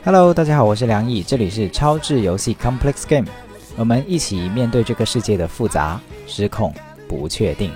Hello， 大家好，我是梁毅，这里是超智游戏 Complex Game， 我们一起面对这个世界的复杂、失控、不确定。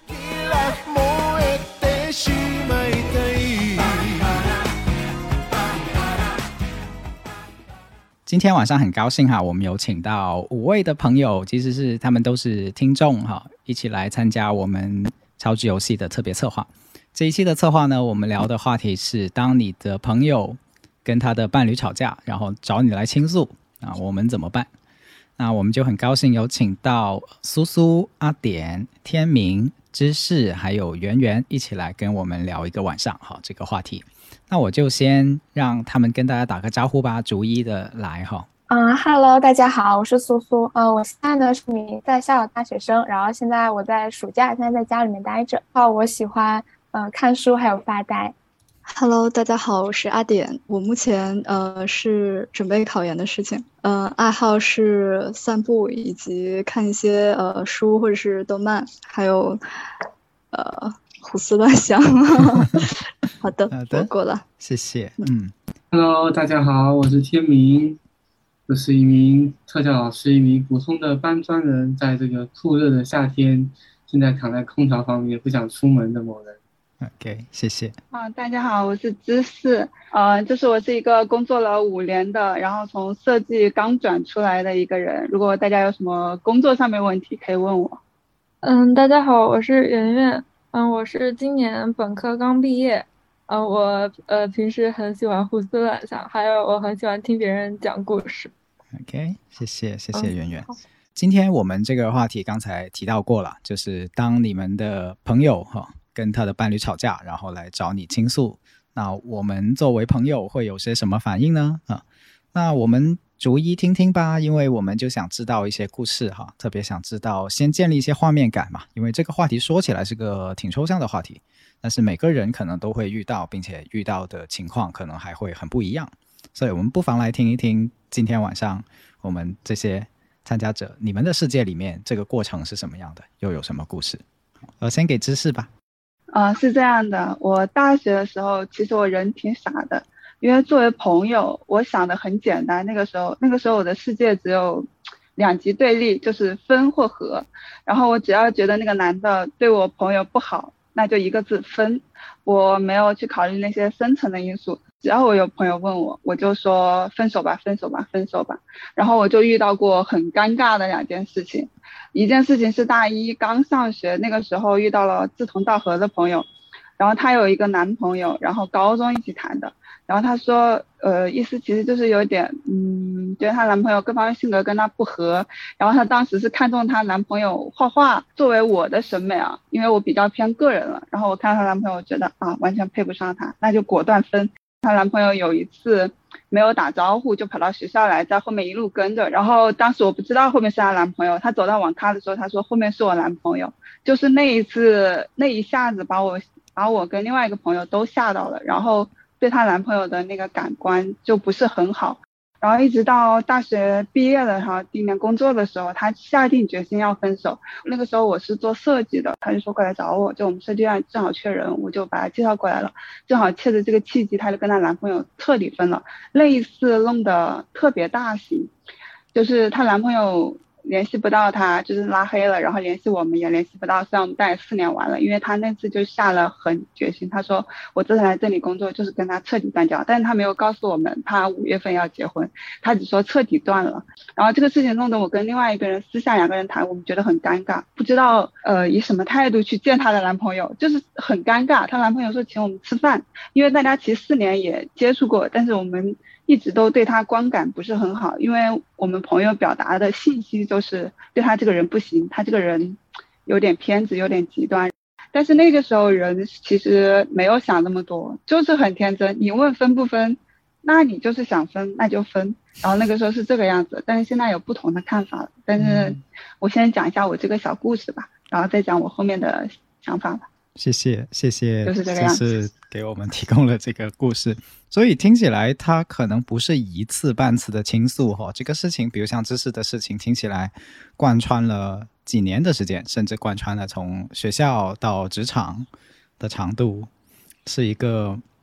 今天晚上很高兴我们有请到5位的朋友，其实是他们都是听众一起来参加我们超智游戏的特别策划。这一期的策划呢，我们聊的话题是当你的朋友跟他的伴侣吵架，然后找你来倾诉我们怎么办？那我们就很高兴有请到苏苏、阿典、天明、知识还有圆圆一起来跟我们聊一个晚上这个话题。那我就先让他们跟大家打个招呼吧，逐一的来 Hello， 大家好，我是苏苏。我现在呢是名在校的大学生，然后现在我在暑假，现在在家里面待着。我喜欢看书还有发呆。 Hello， 大家好，我是阿典。我目前是准备考研的事情，爱好是散步以及看一些书或者是动漫，还有胡思乱想。好的，我过了， 谢谢。 Hello， 大家好，我是天明，我是一名特教老师，一名普通的搬砖人，在这个酷热的夏天，现在躺在空调房里面不想出门的某人。 OK， 谢谢。 大家好，我是知识，就是我是一个工作了5年的，然后从设计刚转出来的一个人。如果大家有什么工作上面问题，可以问我。 大家好，我是圆圆，我是今年本科刚毕业，我平时很喜欢胡思乱想，还有我很喜欢听别人讲故事。 OK， 谢谢圆圆。今天我们这个话题刚才提到过了，就是当你们的朋友跟他的伴侣吵架，然后来找你倾诉，那我们作为朋友会有些什么反应呢？那我们逐一听听吧，因为我们就想知道一些故事特别想知道，先建立一些画面感嘛，因为这个话题说起来是个挺抽象的话题，但是每个人可能都会遇到，并且遇到的情况可能还会很不一样，所以我们不妨来听一听今天晚上我们这些参加者，你们的世界里面这个过程是什么样的，又有什么故事。先给知识吧。 是这样的，我大学的时候其实我人挺傻的，因为作为朋友我想的很简单，那个时候我的世界只有2极对立，就是分或合，然后我只要觉得那个男的对我朋友不好，那就一个字分，我没有去考虑那些深层的因素，只要我有朋友问我，我就说分手吧分手吧分手吧。然后我就遇到过很尴尬的2件事情，一件事情是大一刚上学，那个时候遇到了志同道合的朋友，然后她有一个男朋友，然后高中一起谈的，然后她说意思其实就是有点觉得她男朋友各方面性格跟她不合，然后她当时是看中她男朋友画画，作为我的审美因为我比较偏个人了，然后我看到她男朋友觉得完全配不上她，那就果断分。她男朋友有一次没有打招呼就跑到学校来，在后面一路跟着，然后当时我不知道后面是她男朋友，她走到网咖的时候她说后面是我男朋友，就是那一次那一下子把我跟另外一个朋友都吓到了，然后对她男朋友的那个感官就不是很好，然后一直到大学毕业了，然后第1年工作的时候，她下定决心要分手。那个时候我是做设计的，她就说过来找我，就我们设计院正好缺人，我就把她介绍过来了。正好借着这个契机，她就跟她男朋友彻底分了。那一次弄得特别大型，就是她男朋友联系不到她，就是拉黑了，然后联系我们也联系不到，虽然我们大概4年完了，因为她那次就下了狠决心，她说我这次来这里工作就是跟他彻底断交，但是她没有告诉我们她5月份要结婚，她只说彻底断了。然后这个事情弄得我跟另外一个人私下2个人谈，我们觉得很尴尬，不知道以什么态度去见她的男朋友，就是很尴尬。她男朋友说请我们吃饭，因为大家其实4年也接触过，但是我们一直都对他观感不是很好，因为我们朋友表达的信息就是对他这个人不行，他这个人有点偏执有点极端，但是那个时候人其实没有想那么多，就是很天真，你问分不分，那你就是想分那就分，然后那个时候是这个样子，但是现在有不同的看法了。但是我先讲一下我这个小故事吧，然后再讲我后面的想法吧。 谢谢， 就是这个样子， 就是给我们提供了这个故事。所以听起来他可能不是一次半次的倾诉这个事情，比如像知识的事情，听起来贯穿了几年的时间，甚至贯穿了从学校到职场的长度，是一个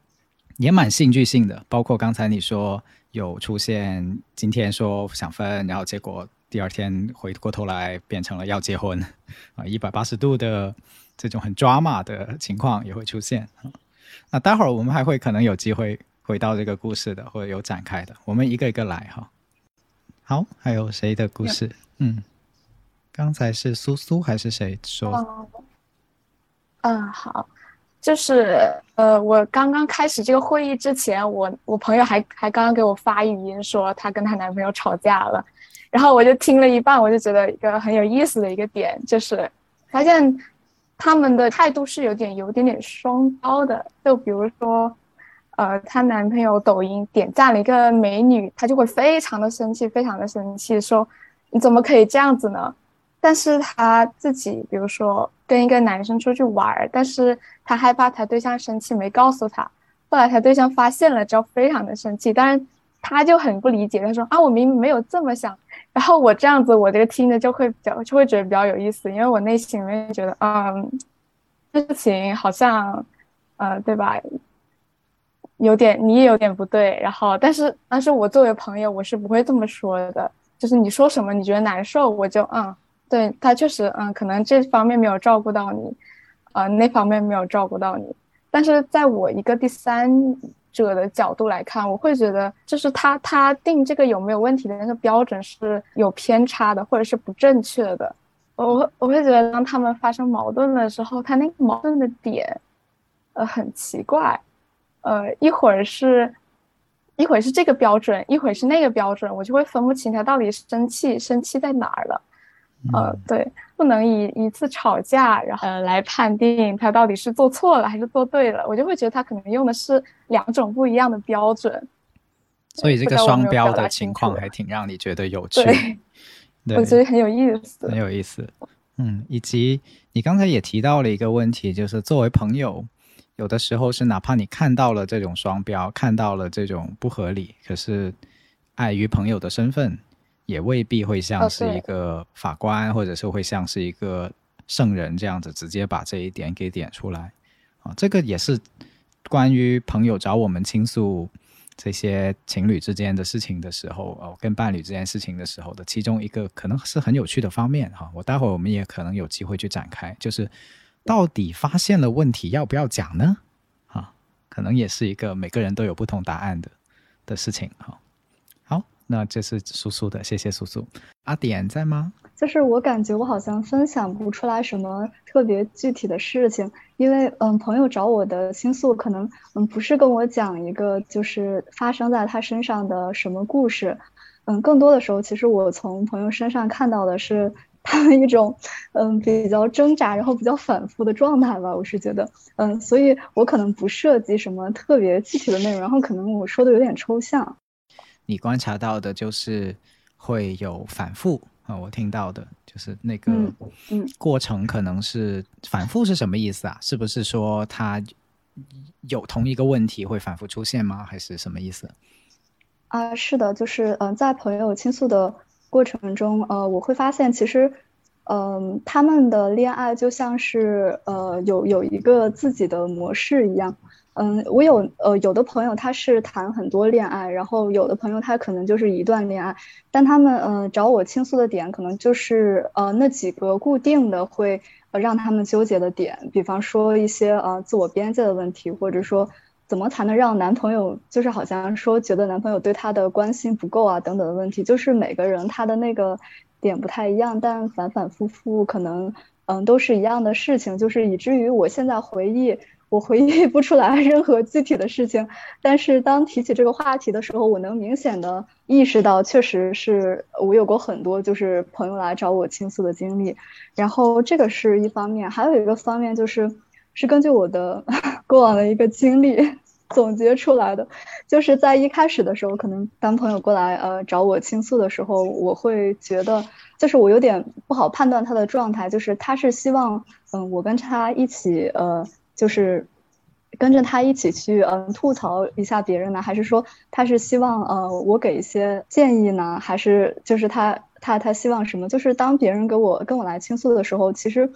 也蛮戏剧性的，包括刚才你说有出现今天说想分，然后结果第二天回过头来变成了要结婚啊，180度的这种很 drama 的情况也会出现。那待会儿我们还会可能有机会回到这个故事的，或者有展开的，我们一个一个来哈。好，还有谁的故事？刚才是苏苏还是谁说？ 好，就是我刚刚开始这个会议之前，我朋友还刚刚给我发语音说她跟她男朋友吵架了，然后我就听了一半，我就觉得一个很有意思的一个点，就是发现他们的态度是有点双标的。就比如说她男朋友抖音点赞了一个美女，她就会非常的生气，非常的生气，说你怎么可以这样子呢？但是她自己比如说跟一个男生出去玩，但是她害怕她对象生气，没告诉她，后来她对象发现了之后非常的生气，当然她就很不理解，她说啊我明明没有这么想。然后我这样子我这个听着就会觉得比较有意思，因为我内心里面觉得这事情好像对吧，你也有点不对，然后但是我作为朋友我是不会这么说的，就是你说什么你觉得难受，我就对，他确实可能这方面没有照顾到你，那方面没有照顾到你，但是在我一个第三者的角度来看，我会觉得就是他定这个有没有问题的那个标准是有偏差的，或者是不正确的。我会觉得当他们发生矛盾的时候，他那个矛盾的点很奇怪，一会儿是这个标准，一会儿是那个标准，我就会分不清他到底生气在哪儿了。对，不能以一次吵架然后来判定他到底是做错了还是做对了，我就会觉得他可能用的是两种不一样的标准。 所以这个双标的情况还挺让你觉得有趣。 对，我觉得很有意思， 很有意思。以及你刚才也提到了一个问题，就是作为朋友，有的时候是哪怕你看到了这种双标，看到了这种不合理，可是碍于朋友的身份，也未必会像是一个法官，或者是会像是一个圣人这样子直接把这一点给点出来。这个也是关于朋友找我们倾诉这些情侣之间的事情的时候，跟伴侣之间事情的时候的其中一个可能是很有趣的方面。我待会儿我们也可能有机会去展开，就是到底发现了问题要不要讲呢？可能也是一个每个人都有不同答案的事情。好，那这是苏苏的，谢谢苏苏。阿点在吗？ 就是我感觉我好像分享不出来什么特别具体的事情，因为朋友找我的倾诉可能不是跟我讲一个就是发生在他身上的什么故事，更多的时候其实我从朋友身上看到的是他们一种比较挣扎然后比较反复的状态吧，我是觉得所以我可能不涉及什么特别具体的内容，然后可能我说的有点抽象。 你观察到的就是会有反复我听到的就是那个过程可能是反复是什么意思啊？是不是说他有同一个问题会反复出现吗？还是什么意思？ 是的，就是在朋友倾诉的过程中，我会发现其实他们的恋爱就像是有一个自己的模式一样。我有的朋友他是谈很多恋爱，然后有的朋友他可能就是一段恋爱，但他们找我倾诉的点可能就是那几个固定的会让他们纠结的点，比方说一些自我边界的问题，或者说怎么才能让男朋友就是好像说觉得男朋友对他的关心不够啊等等的问题，就是每个人他的那个点不太一样，但反反复复可能都是一样的事情，就是以至于我现在我回忆不出来任何具体的事情，但是当提起这个话题的时候，我能明显的意识到确实是我有过很多就是朋友来找我倾诉的经历，然后这个是一方面，还有一个方面是根据我的过往的一个经历总结出来的，就是在一开始的时候，可能当朋友过来找我倾诉的时候，我会觉得就是我有点不好判断他的状态，就是他是希望我跟他一起就是跟着他一起去吐槽一下别人呢，还是说他是希望我给一些建议呢，还是就是他希望什么？就是当别人跟我来倾诉的时候，其实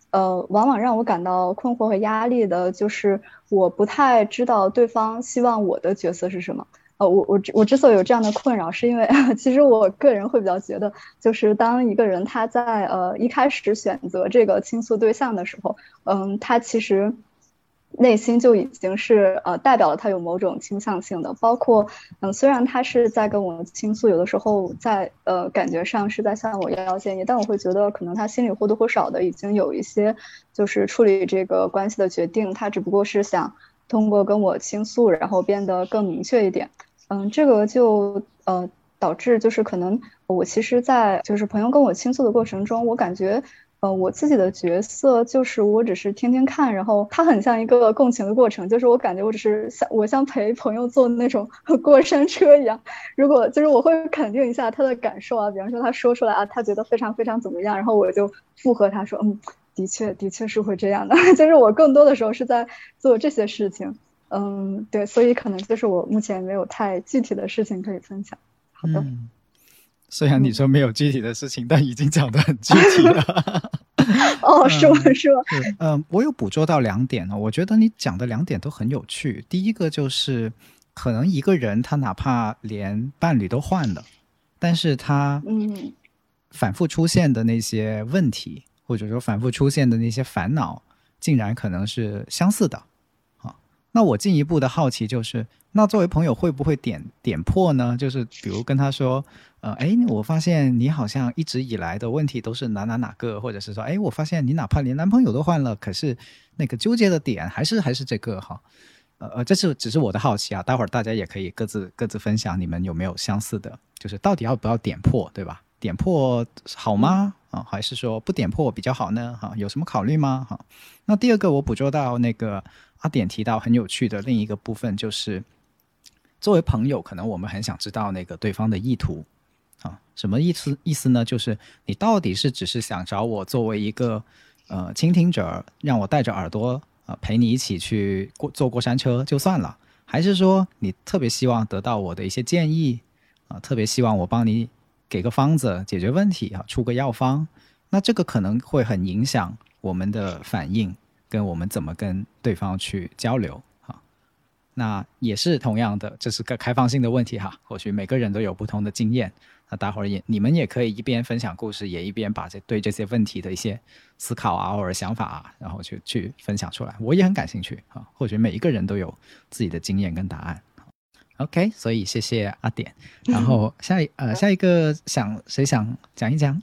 往往让我感到困惑和压力的就是我不太知道对方希望我的角色是什么。我之所以有这样的困扰，是因为其实我个人会比较觉得，就是当一个人他在一开始选择这个倾诉对象的时候，他其实内心就已经是代表了他有某种倾向性的，包括虽然他是在跟我倾诉，有的时候在感觉上是在向我要建议，但我会觉得可能他心里或多或少的已经有一些就是处理这个关系的决定，他只不过是想通过跟我倾诉，然后变得更明确一点。这个就导致就是可能我其实在就是朋友跟我倾诉的过程中，我感觉我自己的角色就是我只是听听看，然后它很像一个共情的过程，就是我感觉我只是像陪朋友坐那种过山车一样。如果就是我会肯定一下他的感受啊，比方说他说出来啊，他觉得非常非常怎么样，然后我就附和他说的确是会这样的。就是我更多的时候是在做这些事情。对，所以可能就是我目前没有太具体的事情可以分享。好的。 虽然你说没有具体的事情，但已经讲得很具体了。 是吗？是吗？ 我有捕捉到2点呢，我觉得你讲的2点都很有趣。第一个就是可能一个人他哪怕连伴侣都换了，但是他反复出现的那些问题，或者说反复出现的那些烦恼，竟然可能是相似的。那我进一步的好奇就是，那作为朋友会不会点破呢？就是比如跟他说，我发现你好像一直以来的问题都是哪个，或者是说，我发现你哪怕连男朋友都换了，可是那个纠结的点还是这个哈。这是只是我的好奇啊，待会儿大家也可以各自分享你们有没有相似的，就是到底要不要点破，对吧？点破好吗？还是说不点破比较好呢？有什么考虑吗？那第二个我捕捉到那个阿典提到很有趣的另一个部分，就是作为朋友可能我们很想知道那个对方的意图什么意思呢？就是你到底是只是想找我作为一个倾听者，让我带着耳朵陪你一起去坐过山车就算了，还是说你特别希望得到我的一些建议特别希望我帮你给个方子解决问题出个药方？那这个可能会很影响我们的反应跟我们怎么跟对方去交流那也是同样的，这是个开放性的问题或许每个人都有不同的经验，那待会儿你们也可以一边分享故事，也一边把对这些问题的一些思考或者想法然后去分享出来。我也很感兴趣或许每一个人都有自己的经验跟答案。OK， 所以谢谢阿典。然后下一个谁想讲一讲？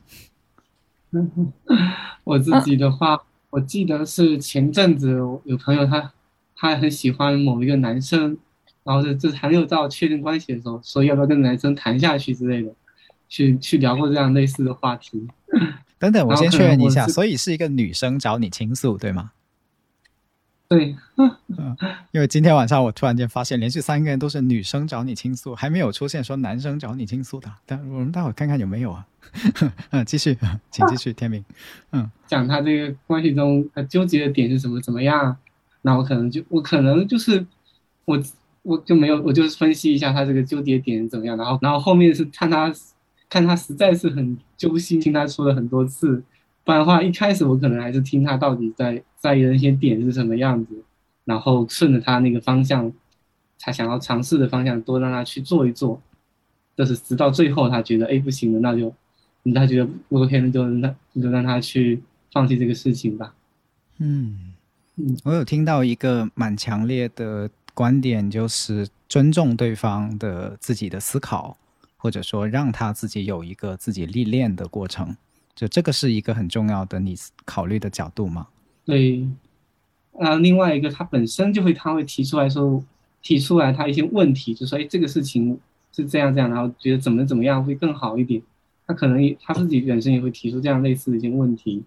我自己的话，我记得是前阵子有朋友他很喜欢某一个男生，然后这还没有到确认关系的时候，说要不要跟男生谈下去之类的，去聊过这样类似的话题。 等等，我先确认一下，所以是一个女生找你倾诉，对吗？ 对。 因为今天晚上我突然间发现连续3个人都是女生找你倾诉，还没有出现说男生找你倾诉的，但我们待会看看有没有继续，请继续天明。 讲他这个关系中他纠结的点是什么怎么样，那我可能就是我就没有，我就是分析一下他这个纠结点怎么样，然后后面是看他实在是很揪心，听他说了很多次，不然的话一开始我可能还是听他到底在意的那些点是什么样子，然后顺着他那个方向，他想要尝试的方向多让他去做一做，就是直到最后他觉得不行了，那就他觉得不 OK 了，就让他去放弃这个事情吧。 我有听到一个蛮强烈的观点，就是尊重对方的自己的思考，或者说让他自己有一个自己历练的过程，就这个是一个很重要的你考虑的角度吗？ 对。另外一个他本身他会提出来他一些问题，就说这个事情是这样，然后觉得怎么样会更好一点，他可能他自己本身也会提出这样类似的一些问题。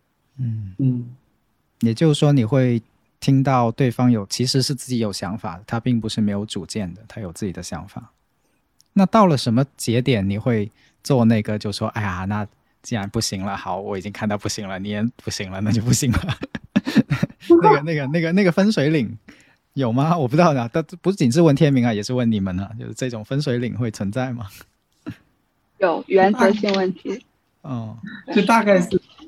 也就是说你会听到对方其实是自己有想法，他并不是没有主见的，他有自己的想法。那到了什么节点你会做那个就说那既然不行了，好，我已经看到不行了，你也不行了，那就不行了那个分水岭有吗？我不知道但不仅是问天明也是问你们就是这种分水岭会存在吗？ 有原则性问题。 就大概是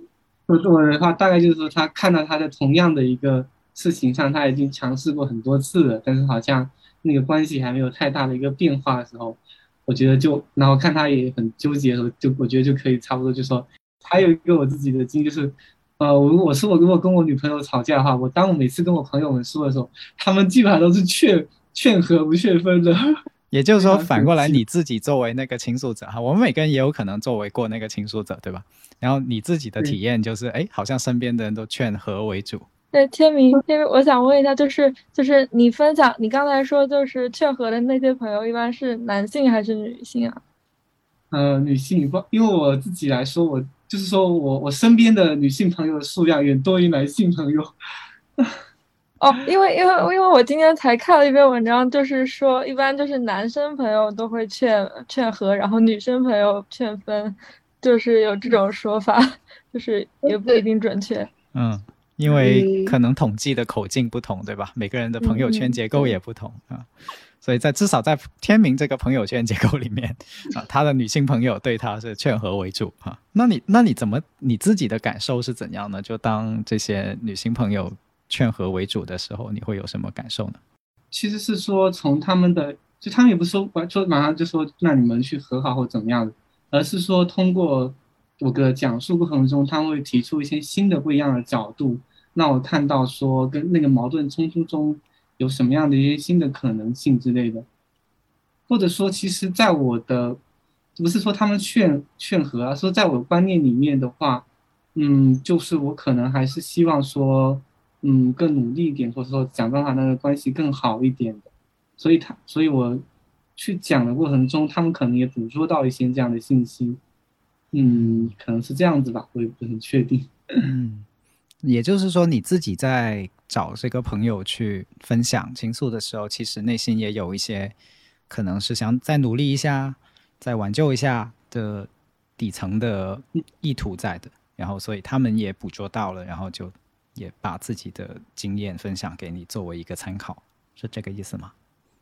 我的话大概就是说，他看到他在同样的一个事情上，他已经尝试过很多次了，但是好像那个关系还没有太大的一个变化的时候，我觉得然后看他也很纠结的时候，我觉得就可以差不多就说，还有一个我自己的经历就是，如果跟我女朋友吵架的话，当我每次跟我朋友们说的时候，他们基本上都是劝和不劝分的。 也就是说，反过来你自己作为那个倾诉者哈，我们每个人也有可能作为过那个倾诉者，对吧？然后你自己的体验就是，好像身边的人都劝和为主。 对，天明，我想问一下，就是你分享，你刚才说就是劝和的那些朋友，一般是男性还是女性啊？ 女性，因为我自己来说，我身边的女性朋友的数量远多于男性朋友。 哦，因为我今天才看了一篇文章，就是说一般就是男生朋友都会劝和，然后女生朋友劝分，就是有这种说法，就是也不一定准确。 因为可能统计的口径不同，对吧？每个人的朋友圈结构也不同所以至少在天明这个朋友圈结构里面他的女性朋友对他是劝和为主那你自己的感受是怎样呢？就当这些女性朋友劝和为主的时候，你会有什么感受呢？ 其实是说从他们的，就他们也不是说马上就说让你们去和好或怎么样的，而是说通过我的讲述过程中，他们会提出一些新的不一样的角度，让我看到说跟那个矛盾冲突中有什么样的一些新的可能性之类的，或者说其实在我的不是说他们劝和啊，说在我的观念里面的话，就是我可能还是希望说更努力一点，或者说想办法那个关系更好一点的，所以我去讲的过程中，他们可能也捕捉到一些这样的信息，可能是这样子吧，我也不是很确定。 也就是说你自己在找这个朋友去分享倾诉的时候，其实内心也有一些可能是想再努力一下，再挽救一下的底层的意图在的，然后所以他们也捕捉到了，然后就也把自己的经验分享给你作为一个参考，是这个意思吗？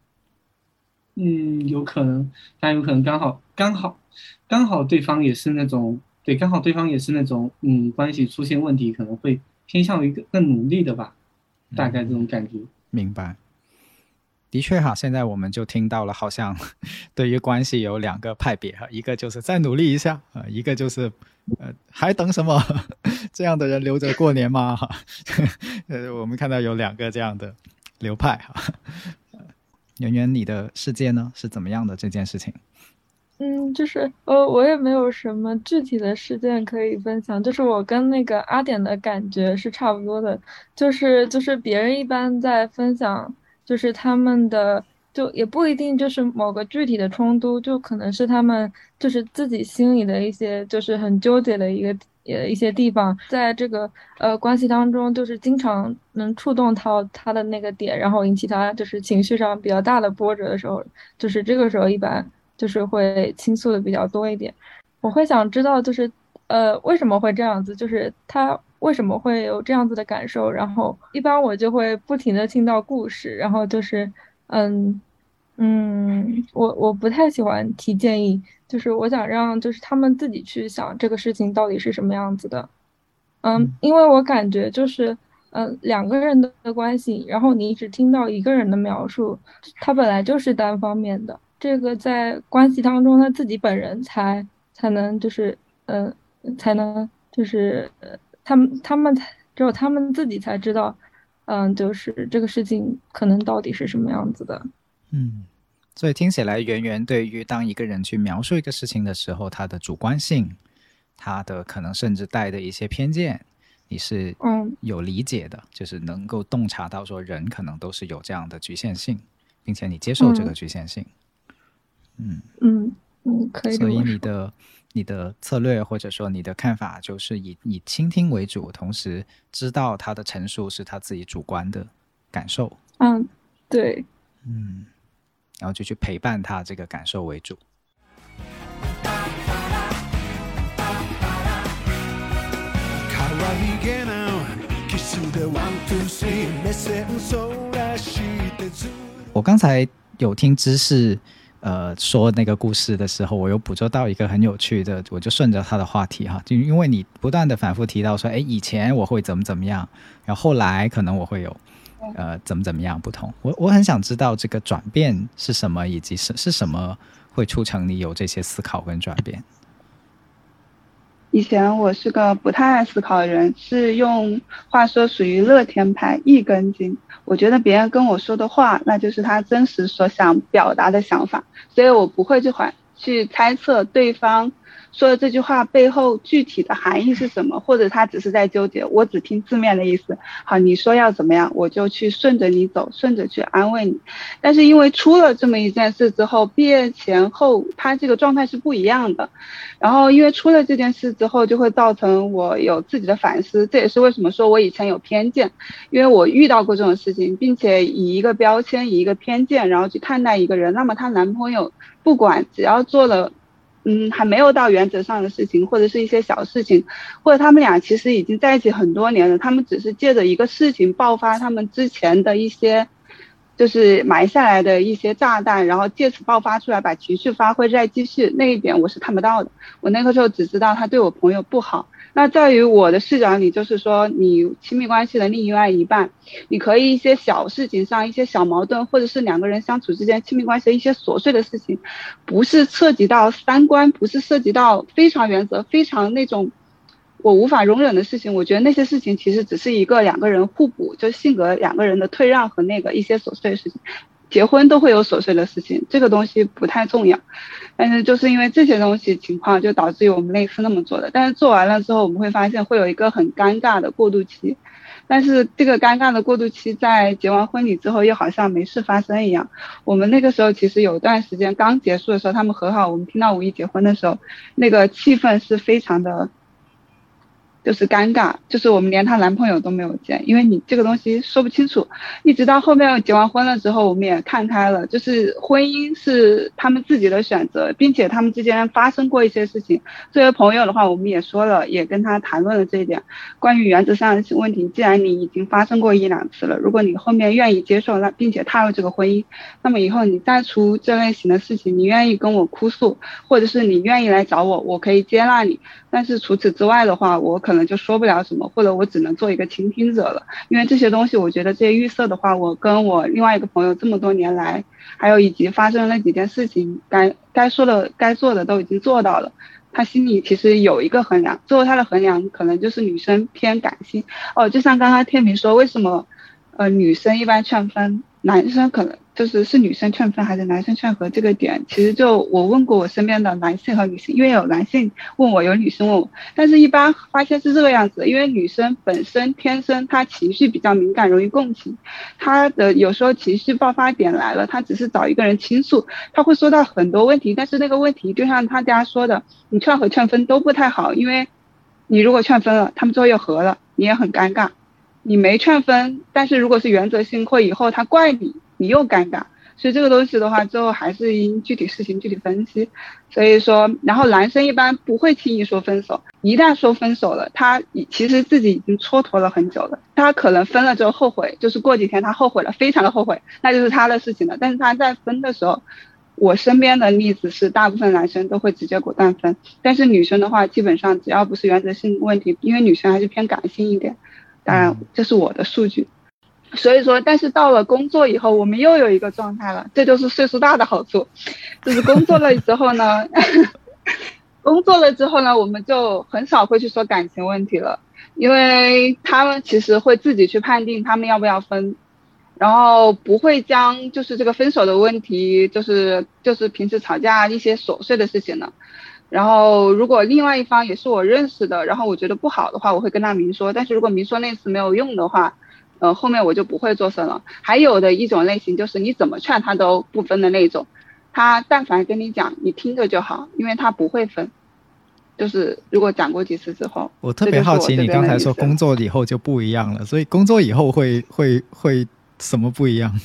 有可能，但有可能刚好对方也是那种，对，刚好对方也是那种，关系出现问题可能会偏向于更努力的吧，大概这种感觉。 明白。的确现在我们就听到了，好像对于关系有两个派别一个就是再努力一下一个就是还等什么这样的人留着过年吗我们看到有两个这样的流派圆圆，你的世界呢是怎么样的这件事情？ 就是我也没有什么具体的事件可以分享，就是我跟那个阿点的感觉是差不多的，就是别人一般在分享，就是他们的就也不一定就是某个具体的冲突，就可能是他们就是自己心里的一些就是很纠结的一些地方，在这个关系当中，就是经常能触动到他的那个点，然后引起他就是情绪上比较大的波折的时候，就是这个时候一般就是会倾诉的比较多一点。我会想知道就是为什么会这样子，就是他为什么会有这样子的感受，然后一般我就会不停的听到故事，然后就是我不太喜欢提建议，就是我想让就是他们自己去想这个事情到底是什么样子的。因为我感觉就是两个人的关系，然后你只听到一个人的描述，他本来就是单方面的，这个在关系当中他自己本人才能就是才能就是他们只有他们自己才知道就是这个事情可能到底是什么样子的。 所以听起来圆圆对于当一个人去描述一个事情的时候，他的主观性，他的可能甚至带的一些偏见，你是有理解的，就是能够洞察到说人可能都是有这样的局限性，并且你接受这个局限性。 可以。 所以你的策略或者说你的看法就是以倾听为主，同时知道他的陈述是他自己主观的感受。 对。 然后就去陪伴他这个感受为主。我刚才有听知识说那个故事的时候，我有捕捉到一个很有趣的，我就顺着他的话题哈，就因为你不断的反复提到说，哎，以前我会怎么怎么样，然后后来可能我会有怎么怎么样不同。我很想知道这个转变是什么，以及是什么会促成你有这些思考跟转变。 以前我是个不太爱思考的人，是用话说属于乐天派，一根筋。我觉得别人跟我说的话，那就是他真实所想表达的想法，所以我不会去猜测对方说的这句话背后具体的含义是什么，或者他只是在纠结，我只听字面的意思。好，你说要怎么样，我就去顺着你走，顺着去安慰你。但是因为出了这么一件事之后，毕业前后他这个状态是不一样的，然后因为出了这件事之后，就会造成我有自己的反思。这也是为什么说我以前有偏见，因为我遇到过这种事情，并且以一个标签，以一个偏见，然后去看待一个人。那么她男朋友不管只要做了还没有到原则上的事情，或者是一些小事情，或者他们俩其实已经在一起很多年了，他们只是借着一个事情爆发他们之前的一些就是埋下来的一些炸弹，然后借此爆发出来，把情绪发挥再继续，那一点我是看不到的。我那个时候只知道他对我朋友不好。那在于我的视角里，就是说你亲密关系的另外一半，你可以一些小事情上，一些小矛盾，或者是两个人相处之间亲密关系的一些琐碎的事情，不是涉及到三观，不是涉及到非常原则，非常那种我无法容忍的事情。我觉得那些事情其实只是一个两个人互补，就性格两个人的退让和那个一些琐碎的事情。结婚都会有琐碎的事情，这个东西不太重要，但是就是因为这些东西情况，就导致于我们类似那么做的。但是做完了之后，我们会发现会有一个很尴尬的过渡期，但是这个尴尬的过渡期在结完婚礼之后又好像没事发生一样。我们那个时候其实有段时间刚结束的时候，他们和好，我们听到5一结婚的时候，那个气氛是非常的就是尴尬，就是我们连她男朋友都没有见，因为你这个东西说不清楚。一直到后面结完婚了之后，我们也看开了，就是婚姻是他们自己的选择，并且他们之间发生过一些事情。作为朋友的话，我们也说了，也跟他谈论了这一点。关于原则上的问题，既然你已经发生过1、2次了，如果你后面愿意接受，那并且踏入这个婚姻，那么以后你再出这类型的事情，你愿意跟我哭诉，或者是你愿意来找我，我可以接纳你。但是除此之外的话，我可能就说不了什么，或者我只能做一个倾听者了。因为这些东西，我觉得这些预设的话，我跟我另外一个朋友这么多年来，还有以及发生了几件事情，该说的该做的都已经做到了。他心里其实有一个衡量，最后他的衡量可能就是女生偏感性。就像刚刚天明说，为什么女生一般劝分，男生可能是女生劝分还是男生劝和这个点，其实就我问过我身边的男性和女性，因为有男性问我，有女生问我，但是一般发现是这个样子。因为女生本身天生她情绪比较敏感，容易共情，她的有时候情绪爆发点来了，她只是找一个人倾诉，她会说到很多问题，但是那个问题就像他家说的，你劝和劝分都不太好，因为你如果劝分了，他们最后又和了，你也很尴尬。你没劝分，但是如果是原则性或以后他怪你，你又尴尬。所以这个东西的话，最后还是因具体事情具体分析。所以说，然后男生一般不会轻易说分手，一旦说分手了，他其实自己已经蹉跎了很久了。他可能分了之后后悔，就是过几天他后悔了，非常的后悔，那就是他的事情了。但是他在分的时候，我身边的例子是大部分男生都会直接果断分，但是女生的话，基本上只要不是原则性问题，因为女生还是偏感性一点。当然这是我的数据。所以说，但是到了工作以后，我们又有一个状态了，这就是岁数大的好处，就是工作了之后呢我们就很少会去说感情问题了，因为他们其实会自己去判定他们要不要分，然后不会将就是这个分手的问题，就是平时吵架一些琐碎的事情呢。然后如果另外一方也是我认识的，然后我觉得不好的话，我会跟他明说，但是如果明说那次没有用的话，后面我就不会做声了。还有的一种类型就是你怎么劝他都不分的那种，他但凡跟你讲，你听着就好，因为他不会分。就是如果讲过几次之后， 我特别好奇，你刚才说工作以后就不一样了，所以工作以后会什么不一样？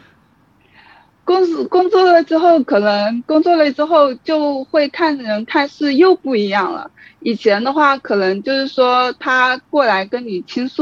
工作了之后，可能工作了之后就会看人看事又不一样了。以前的话，可能就是说他过来跟你倾诉，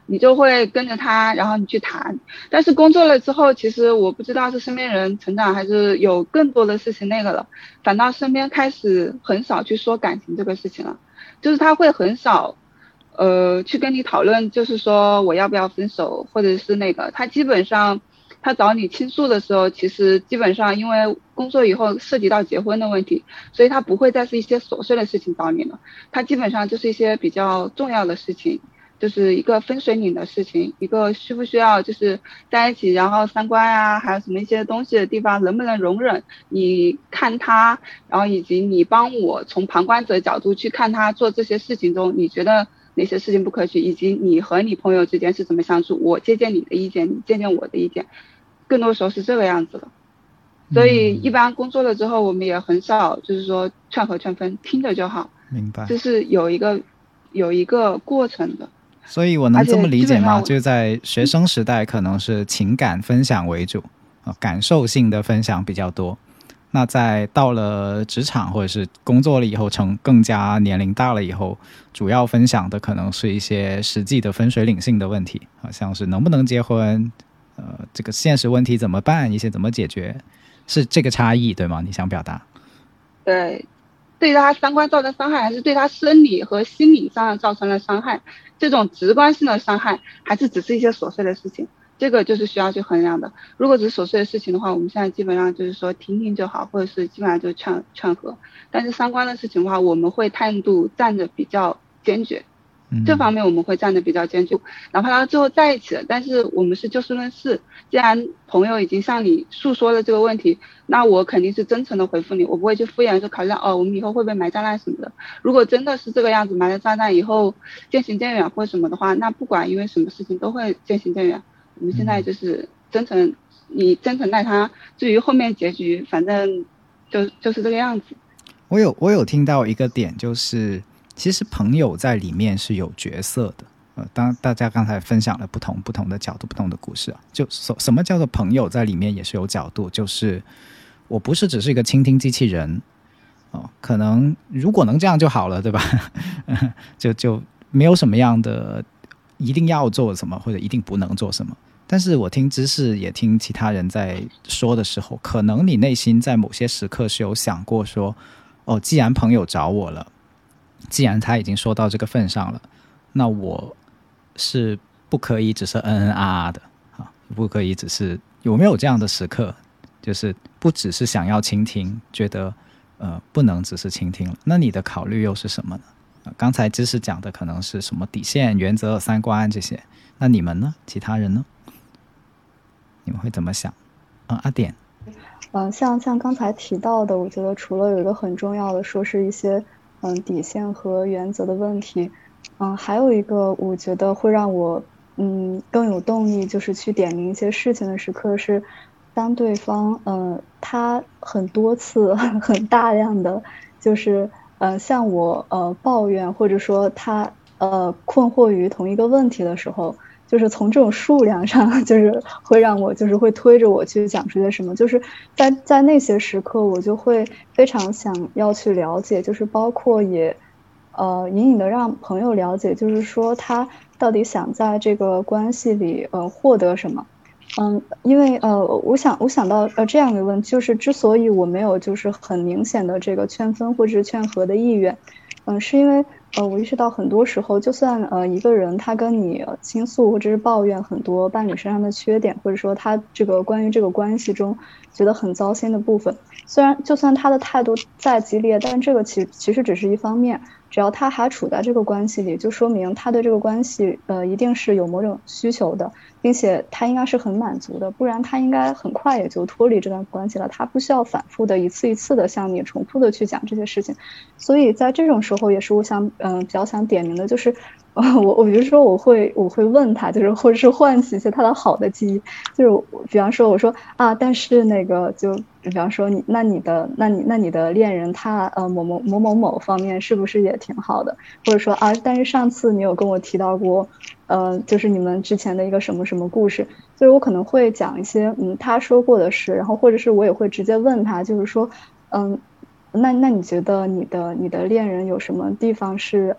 你就会跟着他，然后你去谈。但是工作了之后，其实我不知道是身边人成长还是有更多的事情那个了，反倒身边开始很少去说感情这个事情了，就是他会很少去跟你讨论，就是说我要不要分手，或者是那个，他基本上他找你倾诉的时候，其实基本上因为工作以后涉及到结婚的问题，所以他不会再是一些琐碎的事情找你了，他基本上就是一些比较重要的事情，就是一个分水岭的事情，一个需不需要就是在一起，然后三观啊，还有什么一些东西的地方能不能容忍你看他，然后以及你帮我从旁观者角度去看他做这些事情中，你觉得哪些事情不可取，以及你和你朋友之间是怎么相处，我借鉴你的意见，你借鉴我的意见，更多时候是这个样子的。所以一般工作了之后，我们也很少就是说劝和劝分，听着就好。 明白。 这是有一个过程的。 所以我能这么理解吗？就在学生时代可能是情感分享为主，感受性的分享比较多。那在到了职场或者是工作了以后，更加年龄大了以后，主要分享的可能是一些实际的分水岭性的问题，好像是能不能结婚，这个现实问题怎么办，一些怎么解决，是这个差异对吗？你想表达？ 对，对他三观造成伤害，还是对他生理和心理上造成了伤害？这种直观性的伤害，还是只是一些琐碎的事情？这个就是需要去衡量的。如果只是琐碎的事情的话，我们现在基本上就是说听听就好，或者是基本上就劝和。但是三观的事情的话，我们会态度站着比较坚决，这方面我们会站得比较坚决。哪怕他最后在一起了，但是我们是就事论事。既然朋友已经向你诉说了这个问题，那我肯定是真诚的回复你，我不会去敷衍说考虑到我们以后会不会埋炸弹什么的。如果真的是这个样子，埋了炸弹以后渐行渐远或什么的话，那不管因为什么事情都会渐行渐远。我们现在就是真诚，你真诚待他，至于后面结局，反正就是这个样子。 我有听到一个点，就是其实朋友在里面是有角色的。当大家刚才分享了不同的角度、不同的故事啊，就什么叫做朋友在里面也是有角度，就是我不是只是一个倾听机器人可能如果能这样就好了，对吧？就没有什么样的一定要做什么或者一定不能做什么。但是我听知识也听其他人在说的时候，可能你内心在某些时刻是有想过说，既然朋友找我了，既然他已经说到这个份上了，那我是不可以只是的不可以只是有没有这样的时刻，就是不只是想要倾听，觉得不能只是倾听了。那你的考虑又是什么呢？刚才知识讲的可能是什么底线、原则、三观这些，那你们呢？其他人呢？你们会怎么想？阿典。 像刚才提到的，我觉得除了有一个很重要的，说是一些底线和原则的问题，还有一个我觉得会让我更有动力，就是去点明一些事情的时刻是，当对方他很多次很大量的就是向我抱怨，或者说他困惑于同一个问题的时候。就是从这种数量上，就是会让我就是会推着我去讲出些什么，就是在那些时刻，我就会非常想要去了解，就是包括也隐隐的让朋友了解，就是说他到底想在这个关系里获得什么。因为我想到这样一个问题，就是之所以我没有就是很明显的这个劝分或者是劝和的意愿，是因为我意识到很多时候，就算一个人他跟你倾诉或者是抱怨很多伴侣身上的缺点，或者说他这个关于这个关系中觉得很糟心的部分，就算他的态度再激烈，但这个其实只是一方面。只要他还处在这个关系里，就说明他对这个关系一定是有某种需求的，并且他应该是很满足的，不然他应该很快也就脱离这段关系了，他不需要反复的一次一次的向你重复的去讲这些事情。所以在这种时候也是我想比较想点名的，就是我比如说我会问他，就是或者是唤起一些他的好的记忆，就是比方说我说但是那个就比方说你的恋人他某方面是不是也挺好的，或者说但是上次你有跟我提到过就是你们之前的一个什么什么故事，就是我可能会讲一些他说过的事，然后或者是我也会直接问他，就是说那你觉得你的恋人有什么地方是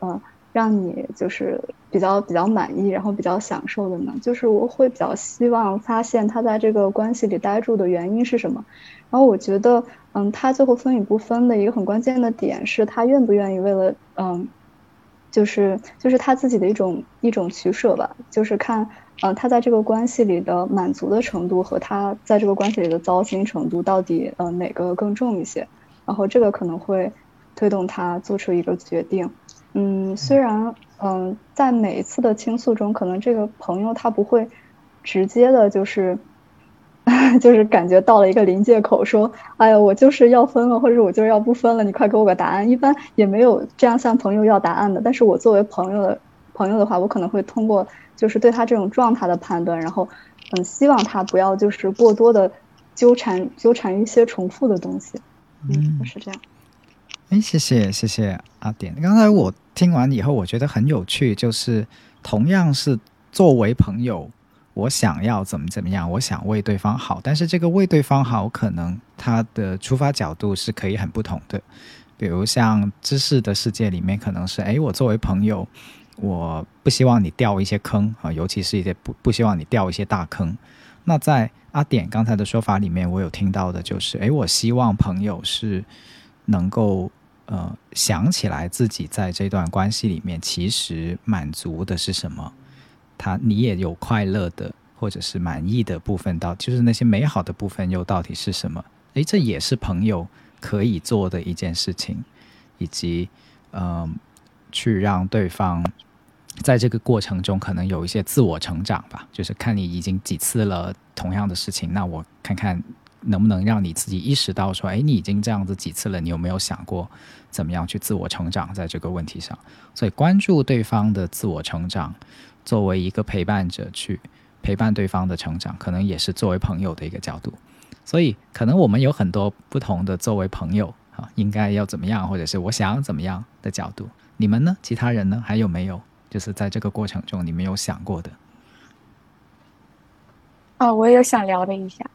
让你就是比较满意，然后比较享受的呢？就是我会比较希望发现他在这个关系里待住的原因是什么。然后我觉得，他最后分与不分的一个很关键的点是他愿不愿意为了，就是他自己的一种取舍吧，就是看，他在这个关系里的满足的程度和他在这个关系里的糟心程度到底哪个更重一些，然后这个可能会推动他做出一个决定。虽然在每一次的倾诉中，可能这个朋友他不会直接的就是就是感觉到了一个临界口，说哎呀我就是要分了，或者我就是要不分了，你快给我个答案。一般也没有这样向朋友要答案的，但是我作为朋友的话，我可能会通过就是对他这种状态的判断，然后希望他不要就是过多的纠缠一些重复的东西。是这样。 谢谢阿典。刚才我听完以后我觉得很有趣，就是同样是作为朋友，我想要怎么样，我想为对方好，但是这个为对方好可能他的出发角度是可以很不同的。比如像知识的世界里面可能是我作为朋友，我不希望你掉一些坑尤其是一些不希望你掉一些大坑。那在阿典刚才的说法里面，我有听到的就是我希望朋友是能够想起来自己在这段关系里面其实满足的是什么，你也有快乐的或者是满意的部分，就是那些美好的部分又到底是什么。这也是朋友可以做的一件事情，以及去让对方在这个过程中可能有一些自我成长吧，就是看你已经几次了同样的事情，那我看看能不能让你自己意识到说你已经这样子几次了，你有没有想过怎么样去自我成长在这个问题上。所以关注对方的自我成长，作为一个陪伴者去陪伴对方的成长，可能也是作为朋友的一个角度。所以可能我们有很多不同的作为朋友应该要怎么样，或者是我想要怎么样的角度。你们呢？其他人呢？还有没有就是在这个过程中你们有想过的？ 我也有想聊的一下。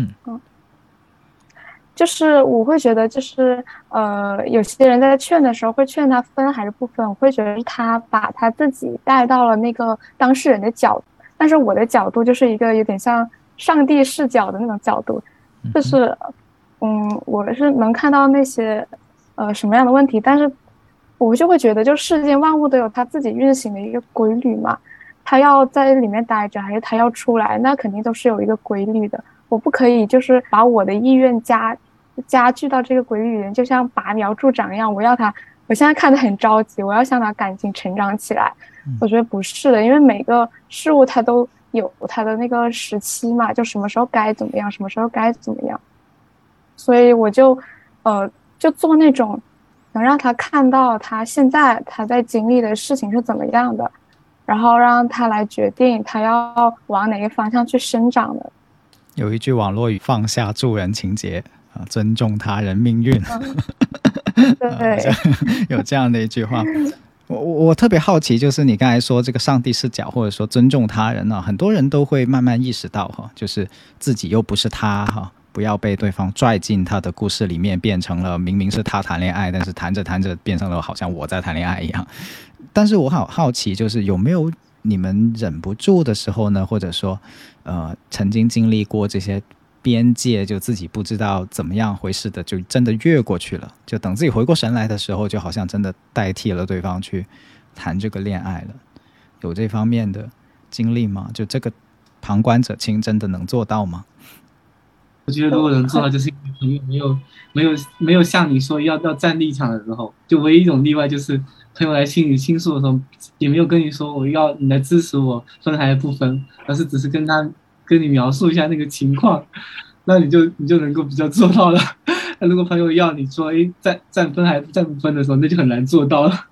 就是我会觉得就是有些人在劝的时候会劝他分还是不分，我会觉得他把他自己带到了那个当事人的角度，但是我的角度就是一个有点像上帝视角的那种角度，就是我是能看到那些什么样的问题，但是我就会觉得就世间万物都有它自己运行的一个规律嘛，他要在里面待着还是他要出来，那肯定都是有一个规律的。我不可以就是把我的意愿加剧到这个规律里面，就像拔苗助长一样，我现在看得很着急，我要向他感情成长起来。我觉得不是的，因为每个事物它都有它的那个时期嘛，就什么时候该怎么样，什么时候该怎么样。所以我就做那种能让他看到他现在他在经历的事情是怎么样的，然后让他来决定他要往哪个方向去生长的。 有一句网络语，放下助人情节尊重他人命运。 对， 有这样的一句话。我特别好奇，就是你刚才说这个上帝视角或者说尊重他人很多人都会慢慢意识到就是自己又不是他不要被对方拽进他的故事里面，变成了明明是他谈恋爱，但是谈着谈着变成了好像我在谈恋爱一样。但是我好奇，就是有没有你们忍不住的时候呢？或者说曾经经历过这些边界，就自己不知道怎么样回事的，就真的越过去了，就等自己回过神来的时候，就好像真的代替了对方去谈这个恋爱了。有这方面的经历吗？就这个旁观者清真的能做到吗？ 我觉得如果能做到，就是朋友没有像你说要站立场的时候，就唯一一种例外就是朋友来心里倾诉的时候，也没有跟你说我要你来支持我分还是不分，而是只是跟你描述一下那个情况，那你就能够比较做到了。那如果朋友要你说站分还是站不分的时候，那就很难做到了。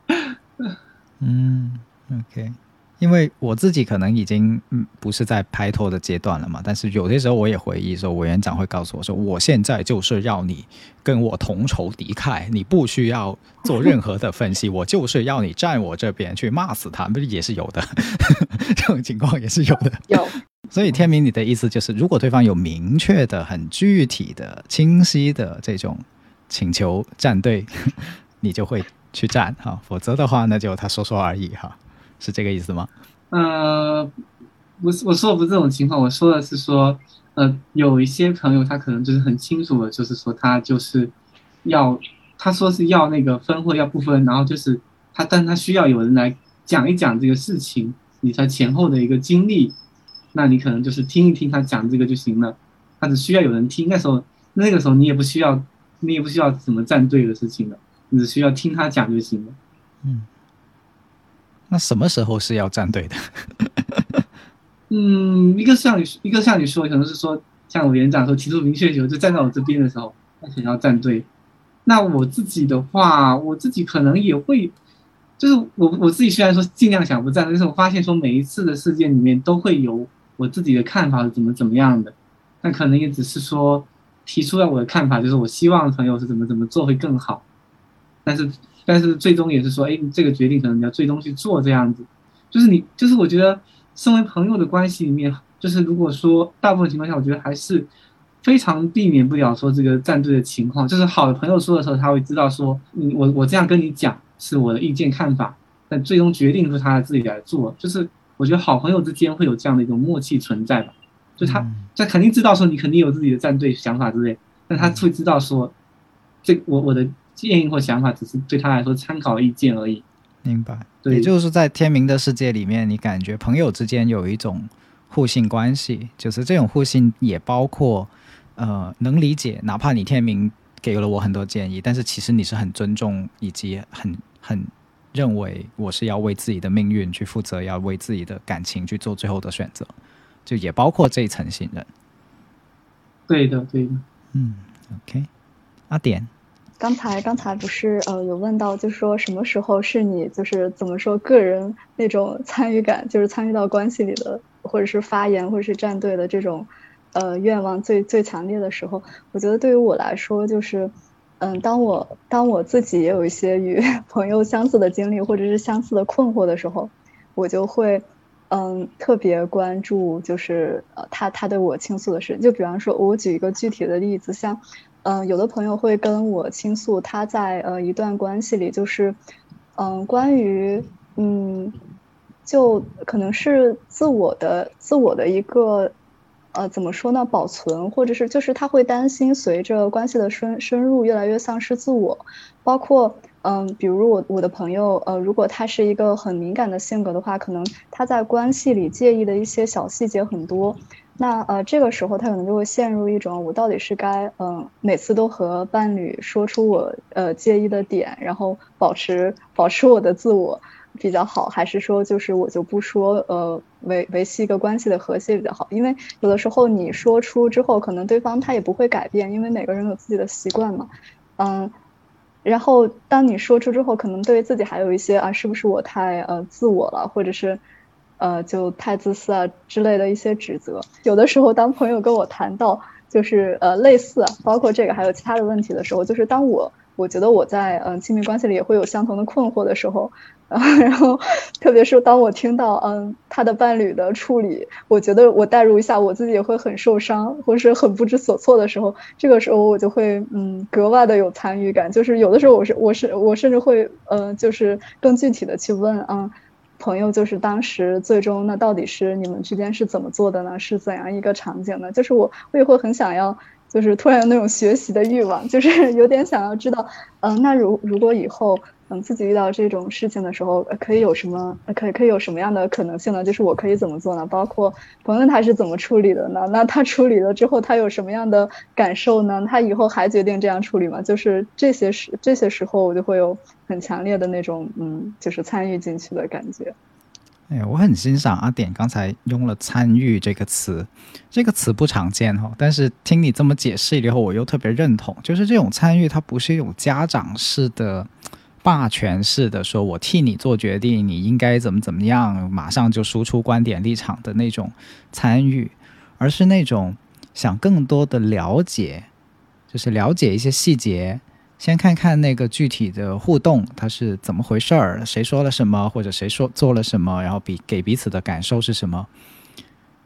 OK。因为我自己可能已经不是在拍拖的阶段了嘛，但是有些时候我也回忆说，委员长会告诉我说，我现在就是要你跟我同仇敌忾，你不需要做任何的分析，我就是要你站我这边去骂死他，不是也是有的。这种情况也是有的。 有。 所以天明，你的意思就是，如果对方有明确的、很具体的、清晰的这种请求站队，你就会去站哈，否则的话那就他说说而已哈，是这个意思吗？ 不是，我说的不是这种情况，我说的是说，有一些朋友他可能就是很清楚的，就是说他就是他说是要那个分或要不分，然后就是但他需要有人来讲一讲这个事情，他前后的一个经历，那你可能就是听一听他讲这个就行了，他只需要有人听，那个时候你也不需要怎么站队的事情了，你只需要听他讲就行了。 那什么时候是要站队的？ 一个像你说，可能是说像我园长说提出明确要求就站在我这边的时候，那肯定要站队。那我自己的话，我自己可能也会，就是我自己虽然说尽量想不站，但是我发现说每一次的事件里面都会有我自己的看法是怎么样的，那可能也只是说提出了我的看法，就是我希望朋友是怎么做会更好，但是最终也是说，这个决定可能你要最终去做这样子，就是我觉得身为朋友的关系里面，就是如果说大部分情况下，我觉得还是非常避免不了说这个站队的情况，就是好的朋友说的时候，他会知道说，我这样跟你讲是我的意见看法，但最终决定是他自己来做，就是我觉得好朋友之间会有这样的一种默契存在吧，就他肯定知道说你肯定有自己的站队想法之类，但他会知道说，我的建议或想法只是对他来说参考意见而已。 明白。也就是在天明的世界里面，你感觉朋友之间有一种互信关系，就是这种互信也包括能理解，哪怕你天明给了我很多建议，但是其实你是很尊重以及很认为我是要为自己的命运去负责，要为自己的感情去做最后的选择，就也包括这一层信任。 对的。 OK， 阿点。 刚才不是有问到，就是说什么时候是你就是怎么说个人那种参与感，就是参与到关系里的，或者是发言或者是站队的这种愿望最强烈的时候。我觉得对于我来说，就是当我自己也有一些与朋友相似的经历或者是相似的困惑的时候，我就会特别关注，就是他对我倾诉的事。就比方说我举一个具体的例子，像有的朋友会跟我倾诉他在一段关系里，就是关于就可能是自我的一个怎么说呢，保存，或者是就是他会担心随着关系的深入越来越丧失自我，包括比如我的朋友如果他是一个很敏感的性格的话，可能他在关系里介意的一些小细节很多。那这个时候他可能就会陷入一种我到底是该每次都和伴侣说出我介意的点，然后保持我的自我比较好，还是说就是我就不说维系一个关系的和谐比较好。因为有的时候你说出之后，可能对方他也不会改变，因为每个人有自己的习惯嘛。然后当你说出之后，可能对自己还有一些是不是我太自我了，或者是就太自私啊之类的一些指责。有的时候当朋友跟我谈到就是类似包括这个还有其他的问题的时候，就是当我觉得我在亲密关系里也会有相同的困惑的时候，然后特别是当我听到他的伴侣的处理，我觉得我代入一下我自己也会很受伤或是很不知所措的时候，这个时候我就会格外的有参与感。就是有的时候我甚至会就是更具体的去问朋友，就是当时最终那到底是你们之间是怎么做的呢？是怎样一个场景呢？就是我也会很想要，就是突然有那种学习的欲望，就是有点想要知道那如果以后自己遇到这种事情的时候可以有什么样的可能性呢？就是我可以怎么做呢？包括朋友他是怎么处理的呢？那他处理了之后他有什么样的感受呢？他以后还决定这样处理吗？就是这些时候我就会有很强烈的那种就是参与进去的感觉。 我很欣赏阿点刚才用了参与这个词，这个词不常见但是听你这么解释以后我又特别认同，就是这种参与它不是一种家长式的霸权式的说我替你做决定，你应该怎么样，马上就输出观点立场的那种参与，而是那种想更多的了解，就是了解一些细节，先看看那个具体的互动它是怎么回事儿，谁说了什么或者谁做了什么，然后给彼此的感受是什么。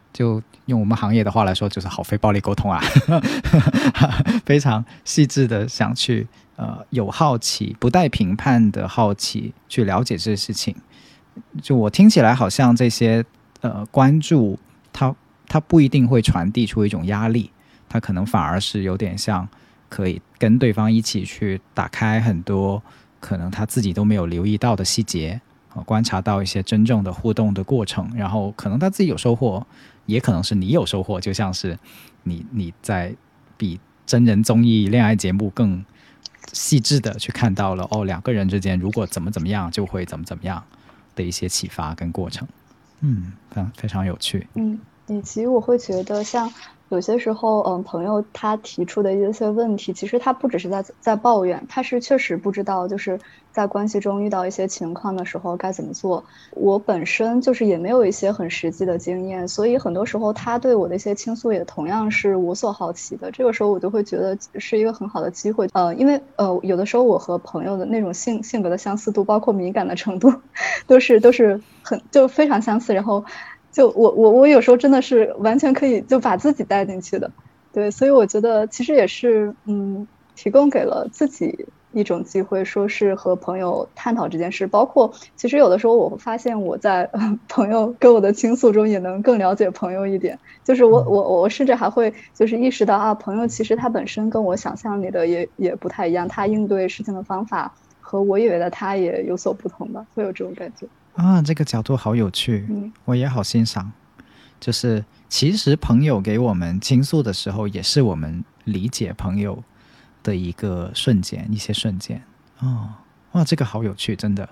就用我们行业的话来说，就是好非暴力沟通啊，非常细致的想去有好奇，不带评判的好奇去了解这些事情。就我听起来好像这些关注，它不一定会传递出一种压力，它可能反而是有点像可以跟对方一起去打开很多可能他自己都没有留意到的细节，观察到一些真正的互动的过程，然后可能他自己有收获，也可能是你有收获，就像是你在比真人综艺恋爱节目更细致的去看到了两个人之间如果怎么样就会怎么样的一些启发跟过程。非常有趣。 以及我会觉得像有些时候朋友他提出的一些问题，其实他不只是在抱怨，他是确实不知道就是在关系中遇到一些情况的时候该怎么做。我本身就是也没有一些很实际的经验，所以很多时候他对我的一些倾诉也同样是我所好奇的。这个时候我就会觉得是一个很好的机会，因为有的时候我和朋友的那种性格的相似度，包括敏感的程度，都是就非常相似，然后就我有时候真的是完全可以就把自己带进去的。对，所以我觉得其实也是提供给了自己一种机会，说是和朋友探讨这件事。包括其实有的时候我会发现我在朋友跟我的倾诉中也能更了解朋友一点，就是我甚至还会就是意识到朋友其实他本身跟我想象里的也不太一样，他应对事情的方法和我以为的他也有所不同吧，会有这种感觉这个角度好有趣，我也好欣赏。就是其实朋友给我们倾诉的时候，也是我们理解朋友的一些瞬间。这个好有趣，真的。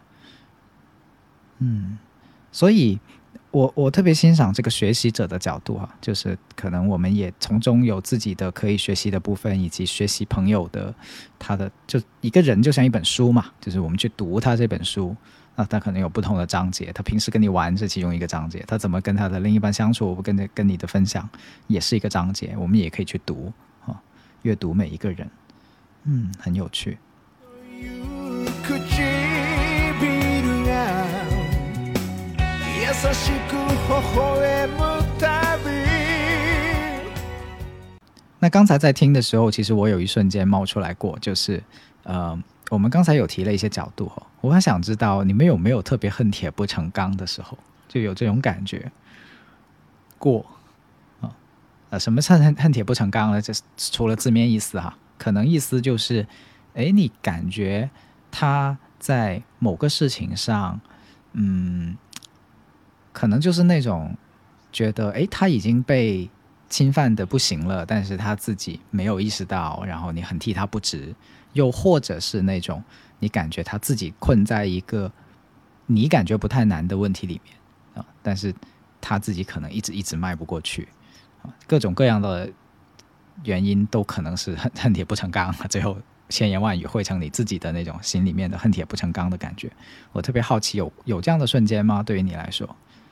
所以我特别欣赏这个学习者的角度就是可能我们也从中有自己的可以学习的部分，以及学习朋友的就一个人就像一本书嘛，就是我们去读他这本书，那他可能有不同的章节，他平时跟你玩是其中一个章节，他怎么跟他的另一半相处，跟你的分享也是一个章节，我们也可以去读阅读每一个人。很有趣。那刚才在听的时候，其实我有一瞬间冒出来过，就是我们刚才有提了一些角度，我很想知道你们有没有特别恨铁不成钢的时候，就有这种感觉过什么是恨铁不成钢呢？就是除了字面意思可能意思就是你感觉他在某个事情上可能就是那种觉得他已经被侵犯的不行了，但是他自己没有意识到，然后你很替他不值。又或者是那种你感觉他自己困在一个你感觉不太难的问题里面但是他自己可能一直迈不过去各种各样的原因都可能是恨铁不成钢，最后千言万语汇成你自己的那种心里面的恨铁不成钢的感觉。我特别好奇有这样的瞬间吗？对于你来说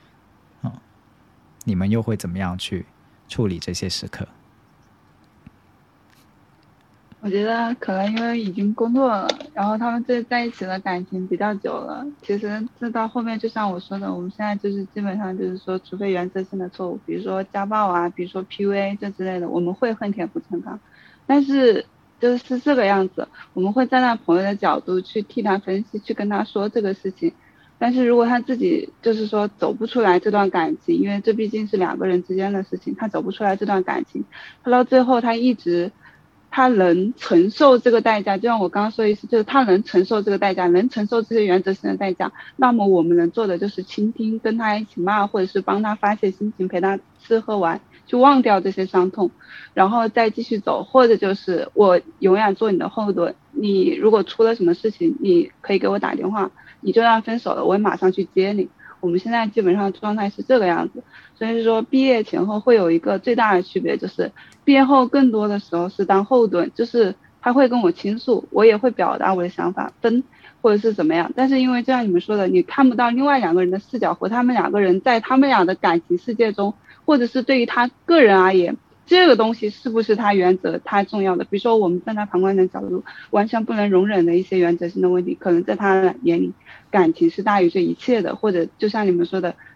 你们又会怎么样去处理这些时刻？ 我觉得可能因为已经工作了，然后他们这在一起的感情比较久了，其实这到后面就像我说的，我们现在就是基本上就是说，除非原则性的错误，比如说家暴比如说 PUA 这之类的，我们会恨铁不成钢。但是就是这个样子，我们会站在朋友的角度去替他分析，去跟他说这个事情。但是如果他自己就是说走不出来这段感情，因为这毕竟是两个人之间的事情，他走不出来这段感情，他到最后他能承受这个代价，就像我刚刚说的意思，就是他能承受这个代价，能承受这些原则性的代价，那么我们能做的就是倾听，跟他一起骂，或者是帮他发泄心情，陪他吃喝玩，去忘掉这些伤痛，然后再继续走。或者就是我永远做你的后盾，你如果出了什么事情，你可以给我打电话，你就算分手了，我会马上去接你。我们现在基本上状态是这个样子，所以说毕业前后会有一个最大的区别，就是毕业后更多的时候是当后盾，就是他会跟我倾诉，我也会表达我的想法，或者是怎么样。但是因为就像你们说的，你看不到另外两个人的视角和他们两个人在他们俩的感情世界中，或者是对于他个人而言，这个东西是不是他原则他重要的。比如说我们站在旁观者角度完全不能容忍的一些原则性的问题，可能在他眼里感情是大于这一切的，或者就像你们说的，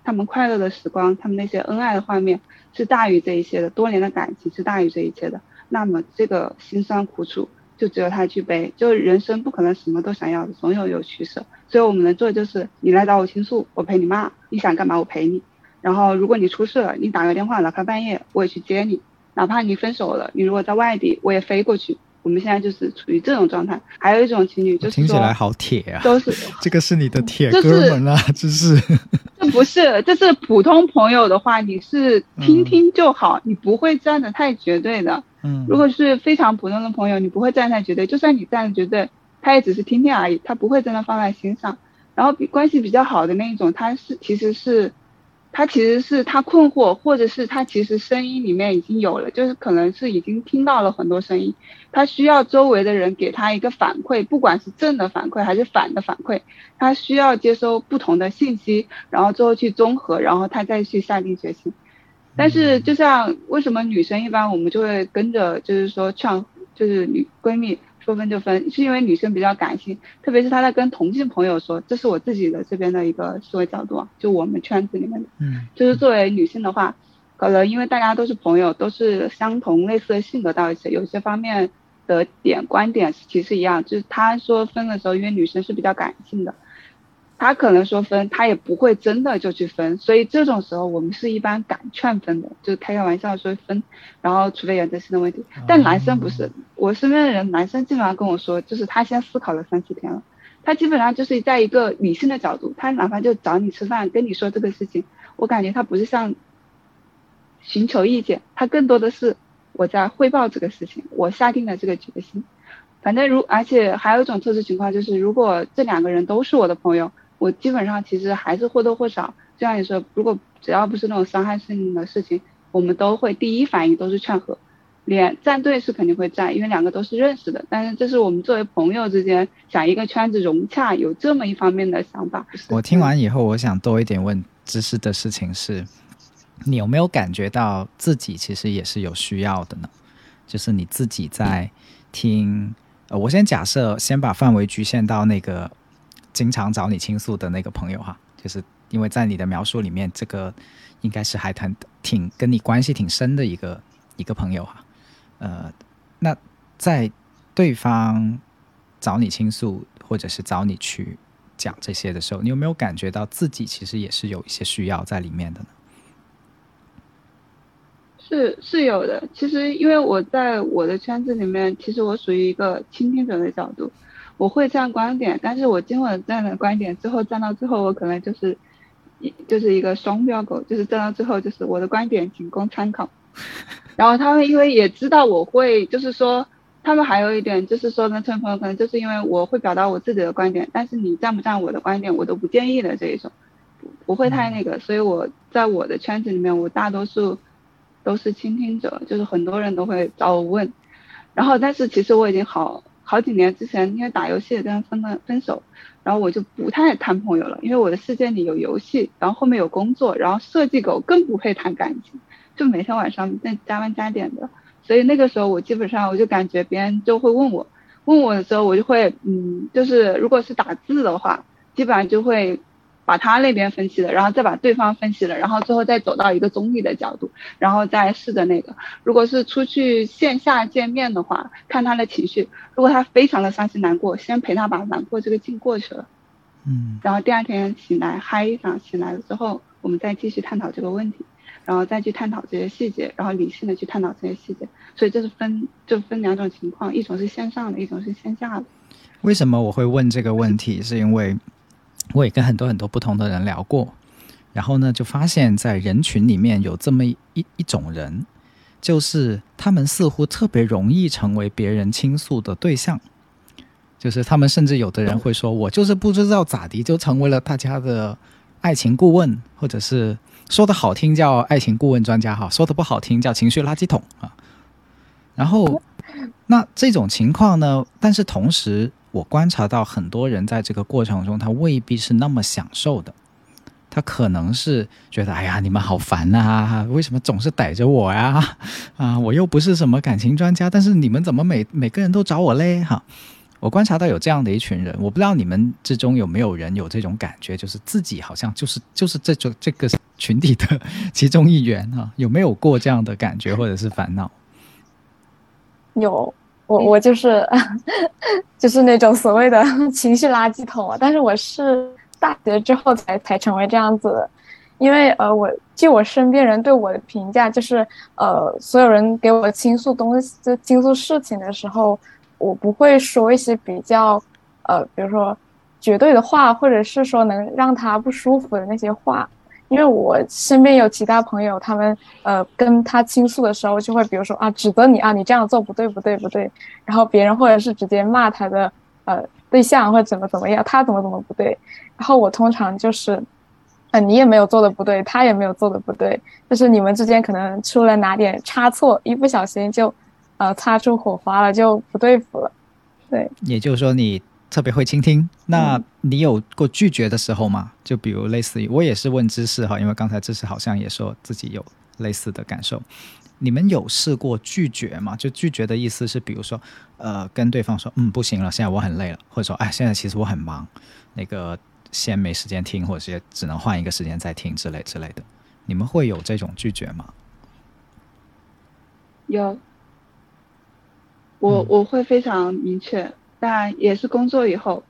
他们快乐的时光，他们那些恩爱的画面是大于这一切的，多年的感情是大于这一切的，那么这个辛酸苦楚就只有他去背，就人生不可能什么都想要的，总有取舍。所以我们能做的就是你来找我倾诉，我陪你骂，你想干嘛我陪你，然后如果你出事了，你打个电话，哪怕半夜我也去接你，哪怕你分手了，你如果在外地我也飞过去。我们现在就是处于这种状态。还有一种情侣就是说， 听起来好铁啊， 都是这个是你的铁哥们啊，这是这不是，这是普通朋友的话，你是听听就好，你不会站得太绝对的。如果是非常普通的朋友，你不会站得太绝对，就算你站得绝对，他也只是听听而已，他不会真的放在心上。然后关系比较好的那一种，他其实是他困惑，或者是他其实声音里面已经有了，就是可能是已经听到了很多声音，他需要周围的人给他一个反馈，不管是正的反馈还是反的反馈，他需要接收不同的信息，然后最后去综合，然后他再去下定决心。但是就像为什么女生一般我们就会跟着就是说就是女闺蜜说分就分，是因为女生比较感性，特别是她在跟同性朋友说，这是我自己的这边的一个思维角度啊，就我们圈子里面的，就是作为女性的话，可能因为大家都是朋友，都是相同类似的性格到一起，有些方面的观点其实一样，就是她说分的时候，因为女生是比较感性的，她可能说分，她也不会真的就去分，所以这种时候我们是一般敢劝分的，就开玩笑说分，然后除非原则性的问题。但男生不是，我身边的人，男生基本上跟我说，就是他先思考了3-4天了，他基本上就是在一个理性的角度，他哪怕就找你吃饭，跟你说这个事情，我感觉他不是像寻求意见，他更多的是我在汇报这个事情，我下定了这个决心。反正而且还有一种特殊情况就是，如果这2个人都是我的朋友，我基本上其实还是或多或少，就像你说，如果只要不是那种伤害性的事情，我们都会第一反应都是劝和，连站队是肯定会站，因为2个都是认识的，但是这是我们作为朋友之间想一个圈子融洽，有这么一方面的想法。 我听完以后，我想多一点问知识的事情是，你有没有感觉到自己其实也是有需要的呢？就是你自己在听，我先假设，先把范围局限到那个经常找你倾诉的那个朋友哈，就是因为在你的描述里面，这个应该是还挺跟你关系挺深的一个朋友哈。那在对方找你倾诉或者是找你去讲这些的时候，你有没有感觉到自己其实也是有一些需要在里面的呢？ 是有的。其实因为我在我的圈子里面，其实我属于一个倾听者的角度，我会站观点，但是我经过站的观点之后，站到最后我可能就是一个双标狗，就是站到最后就是我的观点仅供参考。然后他们因为也知道我会，就是说他们还有一点就是说呢，朋友可能就是因为我会表达我自己的观点，但是你站不站我的观点我都不建议的这一种，不会太那个。所以我在我的圈子里面，我大多数都是倾听者，就是很多人都会找我问。然后但是其实我已经好几年之前因为打游戏也跟人分手，然后我就不太谈朋友了，因为我的世界里有游戏，然后后面有工作，然后设计狗更不配谈感情，就每天晚上在加班加点的。所以那个时候我基本上我就感觉别人就会问我的时候，我就会就是如果是打字的话，基本上就会把他那边分析了，然后再把对方分析了，然后最后再走到一个中立的角度，然后再试着那个。如果是出去线下见面的话，看他的情绪，如果他非常的伤心难过，先陪他把难过这个劲过去了，然后第二天醒来嗨一场，醒来了之后我们再继续探讨这个问题，然后再去探讨这些细节，然后理性的去探讨这些细节。所以这是分2种情况，一种是线上的，一种是线下的。 为什么我会问这个问题，是因为我也跟很多不同的人聊过，然后呢就发现在人群里面有这么一种人，就是他们似乎特别容易成为别人倾诉的对象，就是他们甚至有的人会说，我就是不知道咋地就成为了大家的爱情顾问，或者是说的好听叫爱情顾问专家哈，说的不好听叫情绪垃圾桶啊。然后那这种情况呢，但是同时我观察到很多人在这个过程中他未必是那么享受的，他可能是觉得哎呀你们好烦啊，为什么总是逮着我呀，我又不是什么感情专家，但是你们怎么每个人都找我嘞哈， 我观察到有这样的一群人，我不知道你们之中有没有人有这种感觉，就是自己好像就是这个群体的其中一员啊，有没有过这样的感觉或者是烦恼？ 有，我就是就是那种所谓的情绪垃圾桶啊，但是我是大学之后才成为这样子的。因为据我身边人对我的评价，就是所有人给我倾诉东西，就倾诉事情的时候，我不会说一些比较比如说绝对的话，或者是说能让他不舒服的那些话。因为我身边有其他朋友，他们跟他倾诉的时候，就会比如说啊指责你啊，你这样做不对不对不对，然后别人或者是直接骂他的对象或者怎么样，他怎么不对，然后我通常就是你也没有做的不对，他也没有做的不对，就是你们之间可能出了哪点差错，一不小心就擦出火花了，就不对付了。对， 也就是说你特别会倾听，那你有过拒绝的时候吗？就比如类似于我也是问知识哈，因为刚才知识好像也说自己有类似的感受，你们有试过拒绝吗？就拒绝的意思是比如说跟对方说不行了，现在我很累了，或者说现在其实我很忙，那个先没时间听，或者是只能换一个时间再听之类的，你们会有这种拒绝吗？ 有，我会非常明确，但也是工作以后，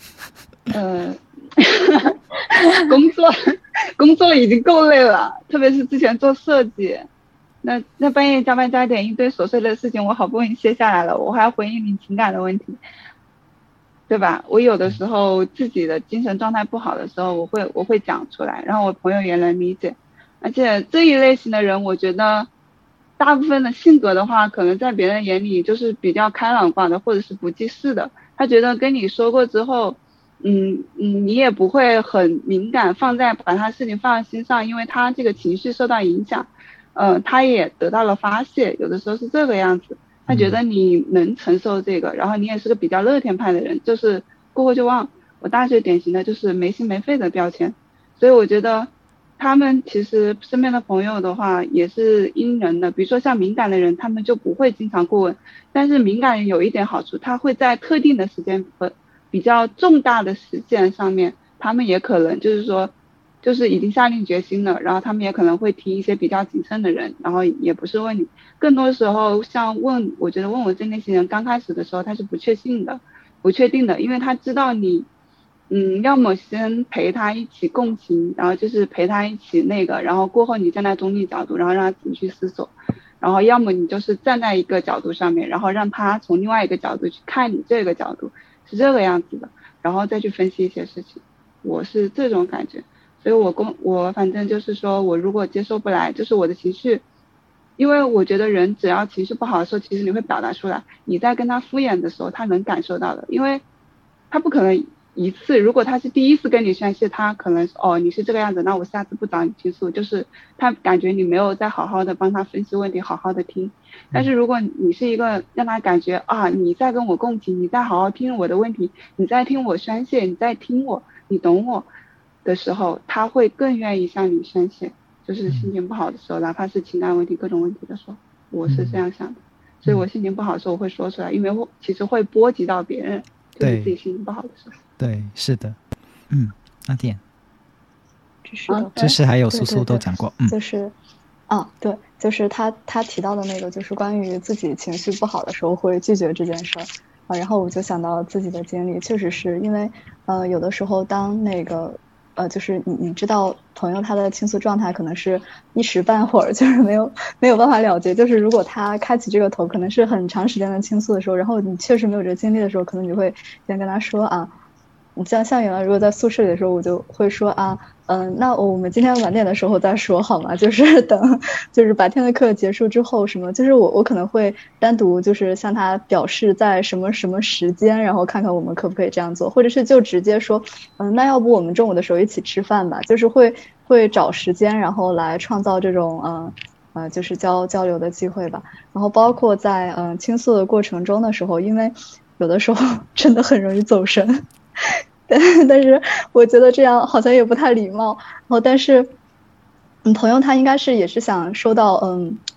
工作已经够累了，特别是之前做设计，那半夜加班加点一堆琐碎的事情，我好不容易歇下来了，我还要回应你情感的问题，对吧？我有的时候自己的精神状态不好的时候，我会讲出来，然后我朋友也能理解。而且这一类型的人，我觉得大部分的性格的话，可能在别人眼里就是比较开朗化的，或者是不记事的。他觉得跟你说过之后，你也不会很敏感，把他事情放在心上，因为他这个情绪受到影响，他也得到了发泄，有的时候是这个样子。他觉得你能承受这个，然后你也是个比较乐天派的人，就是过后就忘。我大学典型的就是没心没肺的标签，所以我觉得他们其实身边的朋友的话也是因人的，比如说像敏感的人，他们就不会经常过问，但是敏感人有一点好处，他会在特定的时间和比较重大的事件上面，他们也可能就是说就是已经下定决心了，然后他们也可能会听一些比较谨慎的人，然后也不是问你，更多时候像我觉得问我这类型人刚开始的时候他是不确定的，因为他知道你要么先陪他一起共情，然后就是陪他一起那个，然后过后你站在中立角度，然后让他自己去思索，然后要么你就是站在一个角度上面，然后让他从另外一个角度去看你这个角度，是这个样子的，然后再去分析一些事情，我是这种感觉。所以我反正就是说我如果接受不来，就是我的情绪，因为我觉得人只要情绪不好的时候，其实你会表达出来，你在跟他敷衍的时候他能感受到的，因为他不可能一次，如果他是第一次跟你宣泄，他可能你是这个样子，那我下次不找你倾诉，就是他感觉你没有在好好的帮他分析问题，好好的听。但是如果你是一个让他感觉你在跟我共情，你在好好听我的问题，你在听我宣泄，你在听我，你懂我的时候，他会更愿意向你宣泄，就是心情不好的时候，哪怕是情感问题各种问题的时候，我是这样想的。所以我心情不好的时候我会说出来，因为我其实会波及到别人，就是自己心情不好的时候。 对，是的。那点知识还有苏苏都讲过。 就是对，就是他提到的那个，就是关于自己情绪不好的时候会拒绝这件事儿然后我就想到自己的经历，确实是因为有的时候当那个就是你知道朋友他的倾诉状态可能是一时半会儿，就是没有办法了结，就是如果他开启这个头可能是很长时间的倾诉的时候，然后你确实没有这个经历的时候，可能你会先跟他说你像原来如果在宿舍里的时候，我就会说那我们今天晚点的时候再说好吗？就是等就是白天的课结束之后什么，就是我可能会单独就是向他表示在什么什么时间，然后看看我们可不可以这样做，或者是就直接说那要不我们中午的时候一起吃饭吧，就是会找时间然后来创造这种就是交流的机会吧。然后包括在倾诉的过程中的时候，因为有的时候真的很容易走神但是我觉得这样好像也不太礼貌。然后但是朋友他应该是也是想收到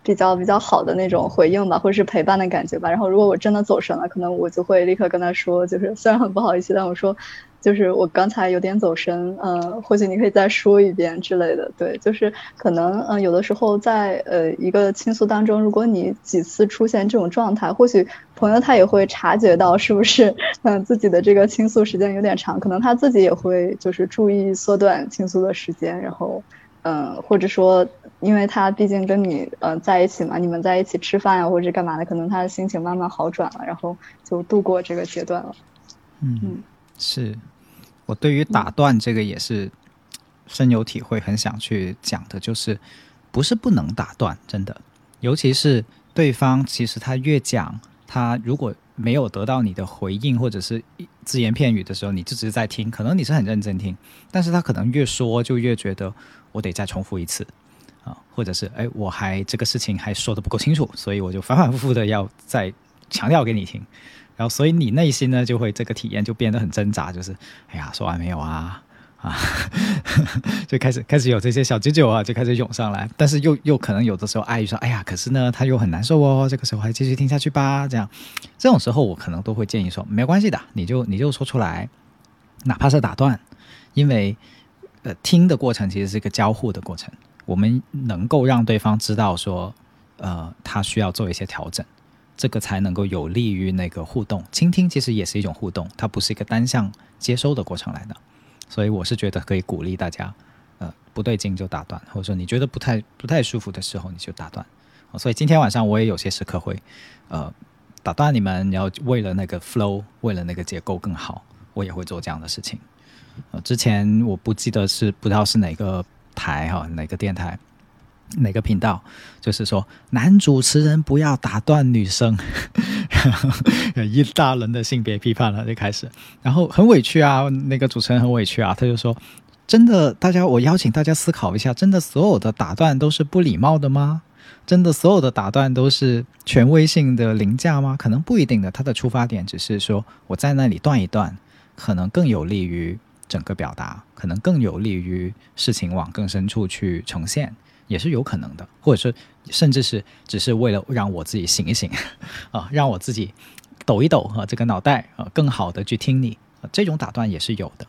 比较好的那种回应吧，或者是陪伴的感觉吧。然后如果我真的走神了，可能我就会立刻跟他说，就是虽然很不好意思，但我说就是我刚才有点走神，或许你可以再说一遍之类的。对，就是可能有的时候在一个倾诉当中，如果你几次出现这种状态，或许朋友他也会察觉到是不是自己的这个倾诉时间有点长，可能他自己也会就是注意缩短倾诉的时间，然后或者说因为他毕竟跟你在一起嘛，你们在一起吃饭啊或者干嘛的，可能他的心情慢慢好转了，然后就度过这个阶段了。 是我对于打断这个也是深有体会，很想去讲的，就是不是不能打断，真的，尤其是对方其实他越讲，他如果没有得到你的回应或者是只言片语的时候，你就只是在听，可能你是很认真听，但是他可能越说就越觉得我得再重复一次或者是我还这个事情还说得不够清楚，所以我就反反复复的要再强调给你听，然后所以你内心呢就会这个体验就变得很挣扎，就是哎呀说完没有啊就开始有这些小九九啊就开始涌上来，但是又可能有的时候碍于说哎呀可是呢他又很难受哦，这个时候还继续听下去吧，这种时候我可能都会建议说没有关系的，你就说出来，哪怕是打断，因为听的过程其实是一个交互的过程，我们能够让对方知道说他需要做一些调整，这个才能够有利于那个互动。倾听其实也是一种互动，它不是一个单向接收的过程来的，所以我是觉得可以鼓励大家不对劲就打断，或者说你觉得不太舒服的时候你就打断。所以今天晚上我也有些时刻会打断你们，然后为了那个 flow， 为了那个结构更好，我也会做这样的事情。之前我不知道是哪个台哪个电台哪个频道，就是说男主持人不要打断女生一大轮的性别批判了就开始，然后很委屈啊，那个主持人很委屈啊，他就说真的我邀请大家思考一下，真的所有的打断都是不礼貌的吗？真的所有的打断都是权威性的凌驾吗？可能不一定的，他的出发点只是说我在那里断一断，可能更有利于整个表达，可能更有利于事情往更深处去呈现，也是有可能的，或者是甚至是只是为了让我自己醒一醒让我自己抖一抖这个脑袋更好的去听你这种打断也是有的。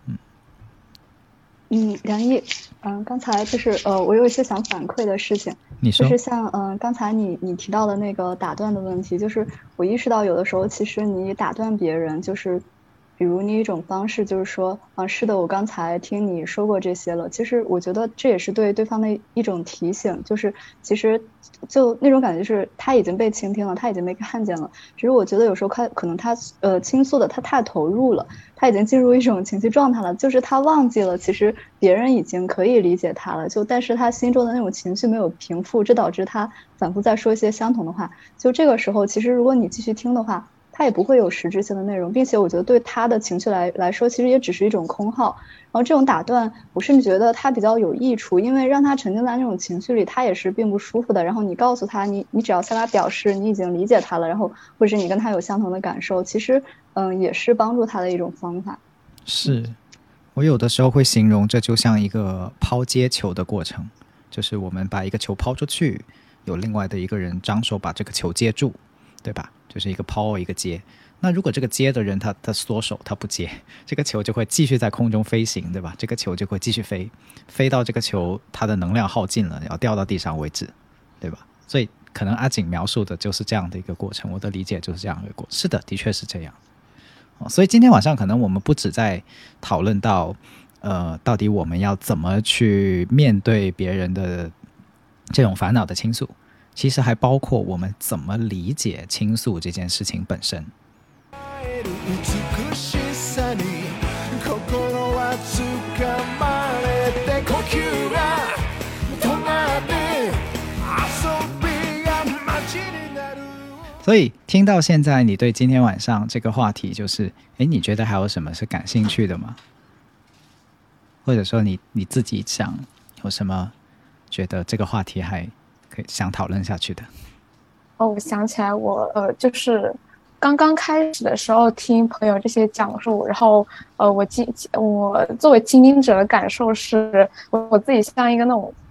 梁毅，刚才就是我有一些想反馈的事情， 你说， 就是像刚才你提到的那个打断的问题，就是我意识到有的时候其实你打断别人，就是比如你一种方式就是说是的，我刚才听你说过这些了，其实我觉得这也是对对方的一种提醒，就是其实就那种感觉就是他已经被倾听了，他已经被看见了，只是我觉得有时候可能他倾诉的他太投入了，他已经进入一种情绪状态了，就是他忘记了其实别人已经可以理解他了，但是他心中的那种情绪没有平复，这导致他反复在说一些相同的话，就这个时候其实如果你继续听的话，他也不会有实质性的内容，并且我觉得对他的情绪来说其实也只是一种空耗，然后这种打断我甚至觉得他比较有益处，因为让他沉浸在那种情绪里他也是并不舒服的，然后你告诉他你只要向他表示你已经理解他了，然后或者你跟他有相同的感受，其实也是帮助他的一种方法。 是我有的时候会形容这就像一个抛接球的过程，就是我们把一个球抛出去，有另外的一个人张手把这个球接住，对吧？就是一个抛一个接，那如果这个接的人他缩手他不接，这个球就会继续在空中飞行，对吧？这个球就会继续飞到这个球它的能量耗尽了要掉到地上为止，对吧？所以可能阿景描述的就是这样的一个过程，我的理解就是这样的一个过程。是的，的确是这样。所以今天晚上可能我们不只在讨论到到底我们要怎么去面对别人的这种烦恼的倾诉，其实还包括我们怎么理解倾诉这件事情本身。所以听到现在，你对今天晚上这个话题就是你觉得还有什么是感兴趣的吗？或者说你自己想有什么觉得这个话题还可以想讨论下去的？ 我想起来我就是刚刚开始的时候听朋友这些讲述，然后我作为倾听者的感受是我自己像一个那种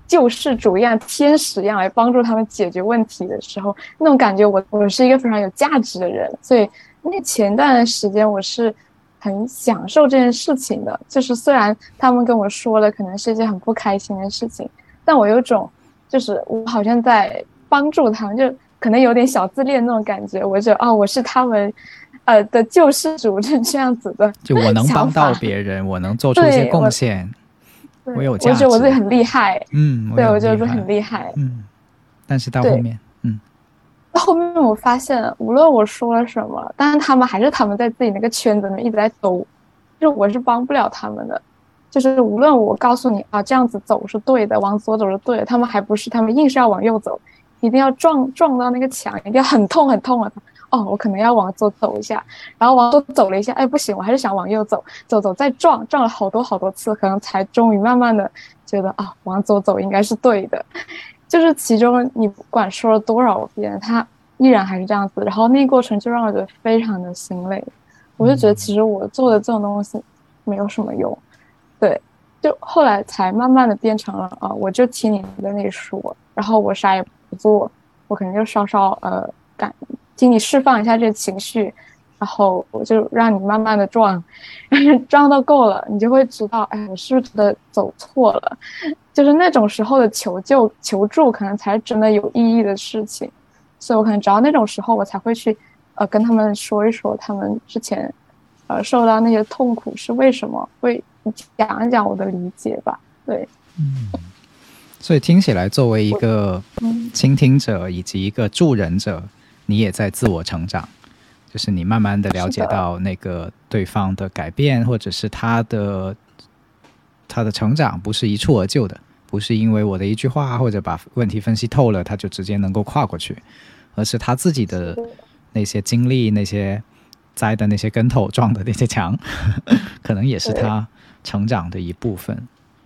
救世主一样、天使一样来帮助他们解决问题的时候，那种感觉我是一个非常有价值的人。所以那前段时间我是很享受这件事情的，就是虽然他们跟我说的可能是一件很不开心的事情，但我有种就是我好像在帮助他们，就可能有点小自恋那种感觉。我觉得我是他们的救世主，是这样子的， 就我能帮到别人，我能做出一些贡献，我有价值， 我觉得我自己很厉害。对，我觉得我很厉害。 但是到后面， 到后面我发现，无论我说了什么，但是他们还是他们在自己那个圈子里面一直在走，就是我是帮不了他们的。就是无论我告诉你这样子走是对的，往左走是对的，他们还不是，他们硬是要往右走，一定要撞到那个墙，一定要很痛很痛了。我可能要往左走一下，然后往左走了一下，不行，我还是想往右走，走再撞了好多好多次，可能才终于慢慢的觉得往左走应该是对的。就是其中你不管说了多少遍，他依然还是这样子，然后那个过程就让我觉得非常的心累。我就觉得其实我做的这种东西没有什么用，对，就后来才慢慢的变成了我就听你的那说，然后我啥也不做，我可能就稍稍听你释放一下这个情绪，然后我就让你慢慢的撞，撞到够了，你就会知道，我是不是真的走错了？就是那种时候的求助，可能才是真的有意义的事情。所以我可能只要那种时候，我才会去跟他们说一说他们之前受到那些痛苦是为什么，会讲一讲我的理解吧。对， 所以听起来，作为一个倾听者以及一个助人者，你也在自我成长，就是你慢慢的了解到那个对方的改变，或者是他的成长不是一蹴而就的，不是因为我的一句话或者把问题分析透了，他就直接能够跨过去，而是他自己的那些经历，那些栽的那些跟头，撞的那些墙，可能也是他成长的一部分。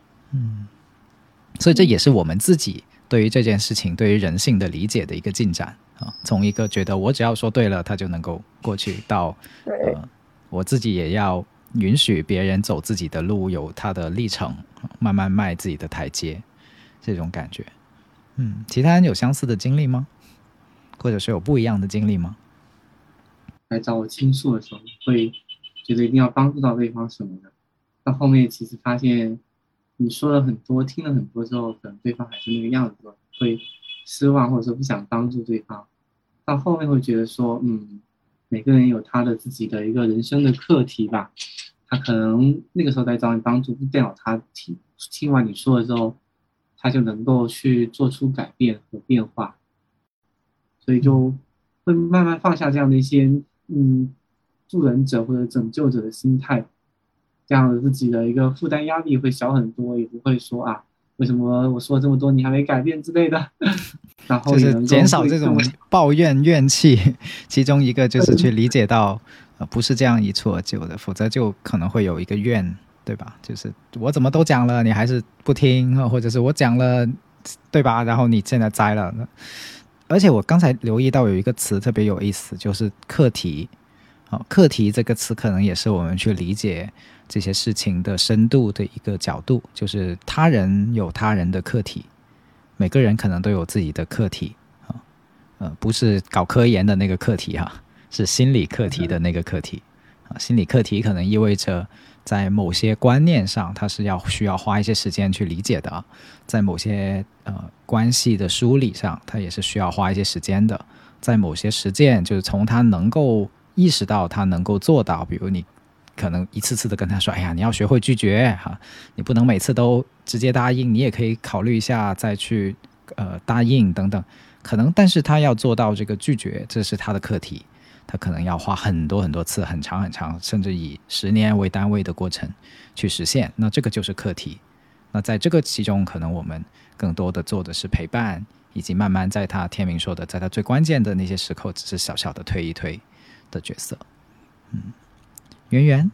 所以这也是我们自己对于这件事情，对于人性的理解的一个进展从一个觉得我只要说对了他就能够过去，到我自己也要允许别人走自己的路，有他的历程，慢慢迈自己的台阶，这种感觉。其他人有相似的经历吗？或者是有不一样的经历吗？ 来找我倾诉的时候，会觉得一定要帮助到对方什么的，到后面其实发现你说了很多，听了很多之后，可能对方还是那个样子，会失望，或者说不想帮助对方。到后面会觉得说，每个人有他的自己的一个人生的课题吧。他可能那个时候在找你帮助，不代表他听完你说了之后，他就能够去做出改变和变化。所以就会慢慢放下这样的一些助人者或者拯救者的心态，这样的自己的一个负担压力会小很多，也不会说为什么我说了这么多你还没改变之类的。然后就是减少这种抱怨怨气，其中一个就是去理解到不是这样一蹴而就的，否则就可能会有一个怨，对吧？就是我怎么都讲了你还是不听，或者是我讲了对吧，然后你现在栽了。而且我刚才留意到有一个词特别有意思，就是课题。课题这个词可能也是我们去理解这些事情的深度的一个角度，就是他人有他人的课题，每个人可能都有自己的课题不是搞科研的那个课题是心理课题的那个课题心理课题可能意味着在某些观念上它是需要花一些时间去理解的在某些关系的梳理上它也是需要花一些时间的，在某些实践就是从他能够意识到他能够做到，比如你可能一次次的跟他说哎呀你要学会拒绝你不能每次都直接答应，你也可以考虑一下再去答应等等，可能但是他要做到这个拒绝，这是他的课题，他可能要花很多很多次，很长很长，甚至以10年为单位的过程去实现，那这个就是课题。那在这个其中可能我们更多的做的是陪伴，以及慢慢在他天明说的在他最关键的那些时刻只是小小的推一推的角色。圆圆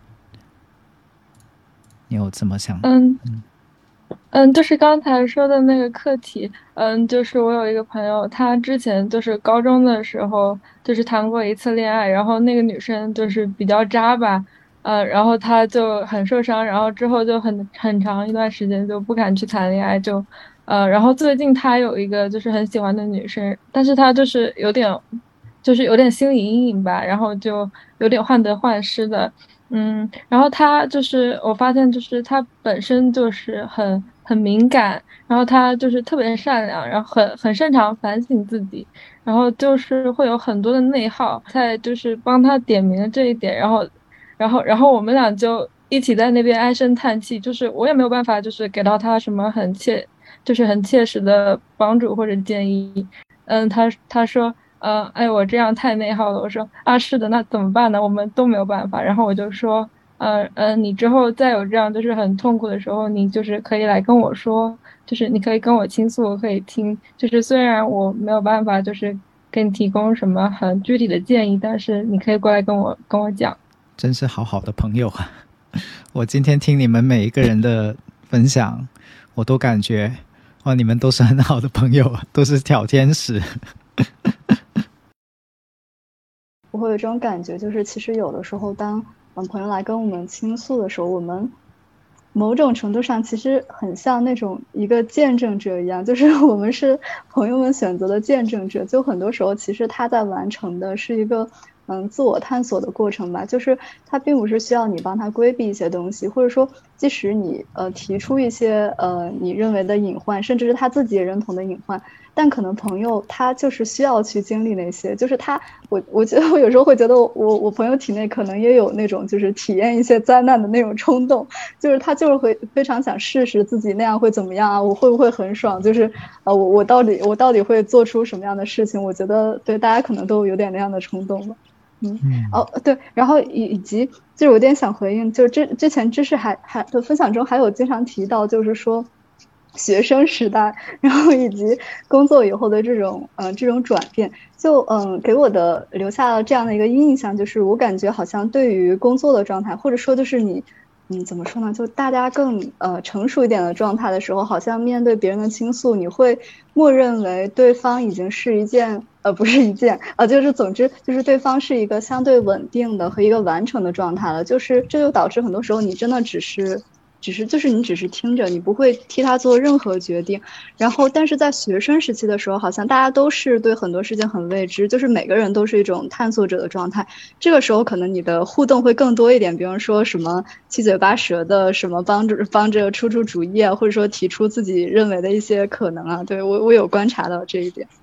你有这么想？ 就是刚才说的那个课题，就是我有一个朋友，他之前就是高中的时候就是谈过一次恋爱，然后那个女生就是比较渣吧，然后他就很受伤，然后之后就很长一段时间就不敢去谈恋爱，就然后最近他有一个就是很喜欢的女生，但是他就是有点心理阴影吧，然后就有点患得患失的。然后他就是我发现就是他本身就是很敏感，然后他就是特别善良，然后很擅长反省自己，然后就是会有很多的内耗，在就是帮他点明了这一点，然后我们俩就一起在那边唉声叹气，就是我也没有办法就是给到他什么就是很切实的帮助或者建议。他说，哎，我这样太内耗了。我说啊，是的，那怎么办呢？我们都没有办法。然后我就说，你之后再有这样就是很痛苦的时候，你就是可以来跟我说，就是你可以跟我倾诉，我可以听。就是虽然我没有办法就是给你提供什么很具体的建议，但是你可以过来跟我讲。 真是好好的朋友啊！我今天听你们每一个人的分享，我都感觉哇，你们都是很好的朋友，都是小天使。 我会有这种感觉，就是其实有的时候当朋友来跟我们倾诉的时候，我们某种程度上其实很像那种一个见证者一样，就是我们是朋友们选择的见证者，就很多时候其实他在完成的是一个自我探索的过程吧，就是他并不是需要你帮他规避一些东西，或者说即使你提出一些你认为的隐患，甚至是他自己也认同的隐患，但可能朋友他就是需要去经历那些，就是我觉得我有时候会觉得我朋友体内可能也有那种就是体验一些灾难的那种冲动，就是他就是会非常想试试自己那样会怎么样啊，我会不会很爽，就是我到底会做出什么样的事情，我觉得对大家可能都有点那样的冲动吧。对，然后以及就是我有点想回应，就是之前知识还的分享中还有经常提到，就是说学生时代，然后以及工作以后的这种转变，就给我的留下了这样的一个印象，就是我感觉好像对于工作的状态，或者说就是你怎么说呢？就大家更成熟一点的状态的时候，好像面对别人的倾诉，你会默认为对方已经是一件不是一件就是总之就是对方是一个相对稳定的和一个完成的状态了。就是这就导致很多时候你真的只是就是你只是听着，你不会替他做任何决定。然后但是在学生时期的时候，好像大家都是对很多事情很未知，就是每个人都是一种探索者的状态。这个时候可能你的互动会更多一点，比方说什么七嘴八舌的什么帮着出主意啊，或者说提出自己认为的一些可能啊。对，我有观察到这一点。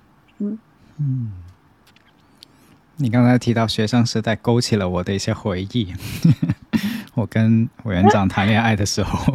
你刚才提到学生时代，勾起了我的一些回忆。我跟委员长谈恋爱的时候，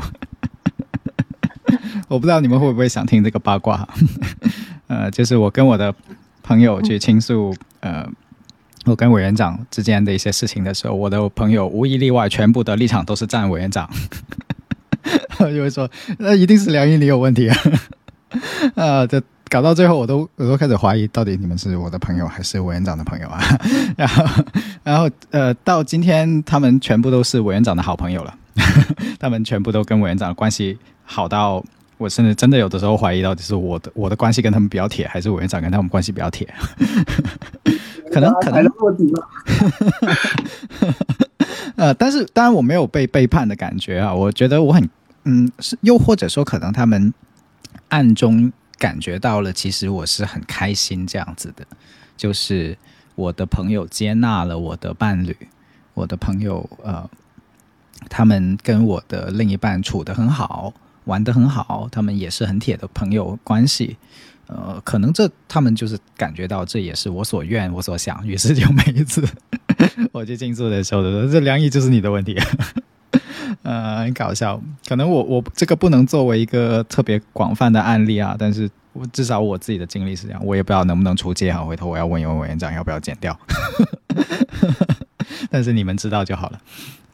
我不知道你们会不会想听这个八卦。就是我跟我的朋友去倾诉我跟委员长之间的一些事情的时候，我的朋友无一例外全部的立场都是站委员长。就会说那一定是梁毅你有问题啊。这搞到最后我都开始怀疑，到底你们是我的朋友还是委员长的朋友啊？然后到今天他们全部都是委员长的好朋友了。他们全部都跟委员长的关系好到我甚至真的有的时候怀疑到底是我的关系跟他们比较铁，还是委员长跟他们关系比较铁。可能但是当然我没有被背叛的感觉啊，我觉得我很又或者说可能他们暗中感觉到了，其实我是很开心这样子的，就是我的朋友接纳了我的伴侣，我的朋友他们跟我的另一半处得很好，玩得很好，他们也是很铁的朋友关系。可能他们就是感觉到这也是我所愿我所想，于是就每一次我去倾诉的时候都说这梁毅就是你的问题。很搞笑。可能我这个不能作为一个特别广泛的案例啊，但是至少我自己的经历是这样，我也不知道能不能出街啊，回头我要问一问委员长要不要剪掉。但是你们知道就好了。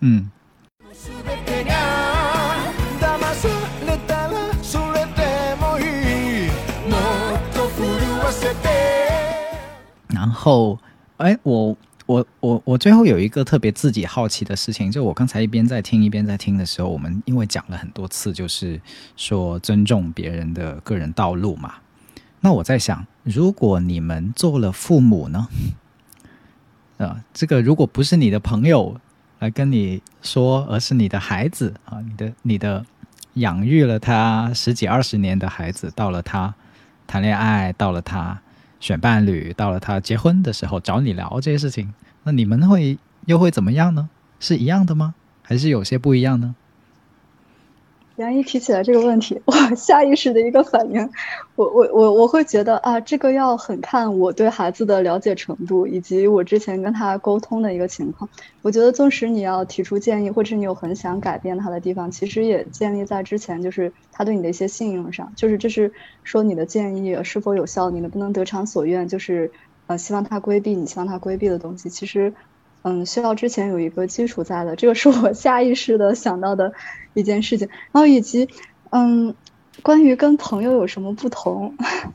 然后我最后有一个特别自己好奇的事情，就我刚才一边在听的时候，我们因为讲了很多次就是说尊重别人的个人道路嘛，那我在想，如果你们做了父母呢？这个如果不是你的朋友来跟你说，而是你的孩子啊，你的养育了他十几20年的孩子，到了他谈恋爱，到了他选伴侣，到了他结婚的时候找你聊这些事情，那你们又会怎么样呢？是一样的吗？还是有些不一样呢？ 杨一提起来这个问题，我下意识的一个反应，我会觉得啊，这个要很看我对孩子的了解程度，以及我之前跟他沟通的一个情况。我觉得纵使你要提出建议，或者你有很想改变他的地方，其实也建立在之前就是他对你的一些信用上，就是这是说你的建议是否有效，你能不能得偿所愿，就是希望他规避你希望他规避的东西，其实需要之前有一个基础在的，这个是我下意识的想到的一件事情。然后以及关于跟朋友有什么不同，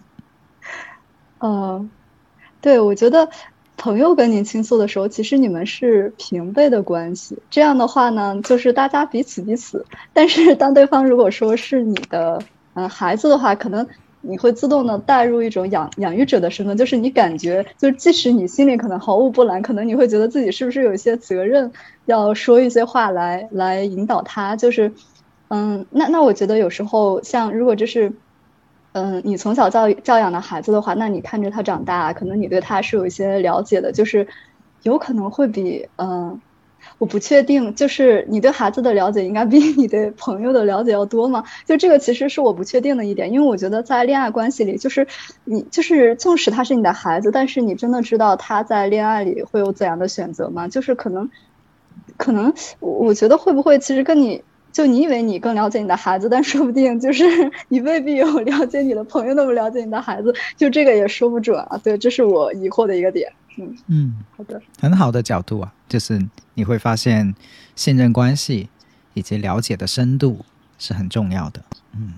对，我觉得朋友跟您倾诉的时候，其实你们是平辈的关系，这样的话呢，就是大家彼此，但是当对方如果说是你的孩子的话，可能你会自动的带入一种养育者的身份，就是你感觉，就是即使你心里可能毫无波澜，可能你会觉得自己是不是有一些责任，要说一些话来引导他，就是那我觉得有时候像如果就是你从小教养的孩子的话，那你看着他长大，可能你对他是有一些了解的，就是有可能会比我不确定，就是你对孩子的了解应该比你对朋友的了解要多吗？就这个其实是我不确定的一点，因为我觉得在恋爱关系里，就是你就是纵使他是你的孩子，但是你真的知道他在恋爱里会有怎样的选择吗？就是可能我觉得会不会其实跟你以为你更了解你的孩子，但说不定就是你未必有了解你的朋友那么了解你的孩子，就这个也说不准啊。对，这是我疑惑的一个点。好的， 很好的角度啊，就是你会发现信任关系以及了解的深度是很重要的。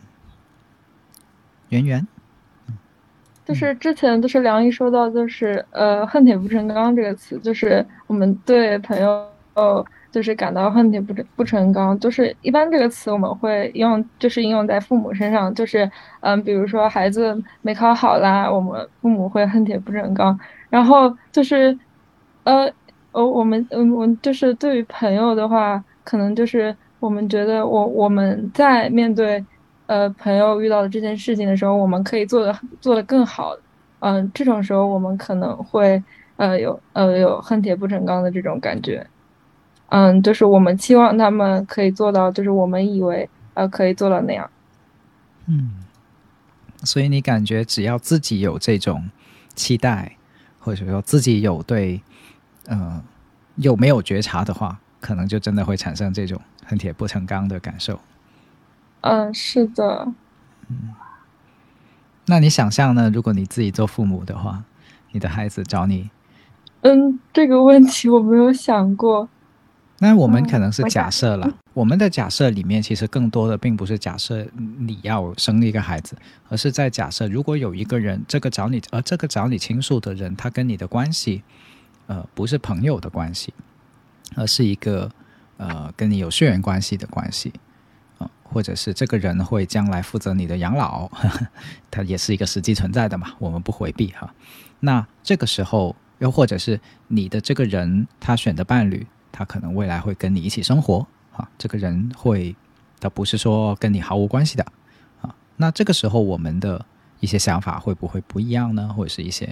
圆圆， 就是之前就是梁毅说到就是恨铁不成钢这个词，就是我们对朋友就是感到恨铁不成钢，就是一般这个词我们会就是应用在父母身上，就是比如说孩子没考好啦，我们父母会恨铁不成钢，然后就是我们就是对于朋友的话，可能就是我们觉得我们在面对朋友遇到的这件事情的时候，我们可以做得更好，这种时候我们可能会有恨铁不成钢的这种感觉。就是我们期望他们可以做到，就是我们以为可以做到那样。 所以你感觉只要自己有这种期待，或者说自己有对有没有觉察的话，可能就真的会产生这种恨铁不成钢的感受。 是的。 那你想象呢？如果你自己做父母的话，你的孩子找你， 这个问题我没有想过。 那我们可能是假设了，我们的假设里面其实更多的并不是假设你要生一个孩子，而是在假设如果有一个人，这个找你倾诉的人，他跟你的关系不是朋友的关系，而是一个跟你有血缘关系的关系，或者是这个人会将来负责你的养老，他也是一个实际存在的嘛，我们不回避哈。那这个时候又或者是你的这个人他选的伴侣，他可能未来会跟你一起生活这个人他不是说跟你毫无关系的那这个时候我们的一些想法会不会不一样呢？或者是一些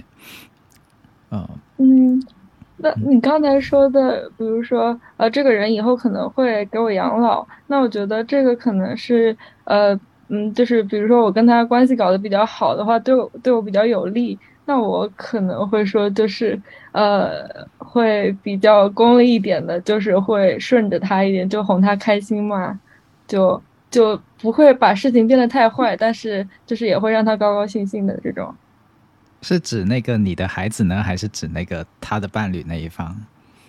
那你刚才说的，比如说这个人以后可能会给我养老，那我觉得这个可能是就是比如说我跟他关系搞得比较好的话，对我比较有利，那我可能会说就是会比较功利一点的，就是会顺着他一点，就哄他开心嘛，就不会把事情变得太坏，但是就是也会让他高高兴兴的这种。 是指那个你的孩子呢，还是指那个他的伴侣那一方？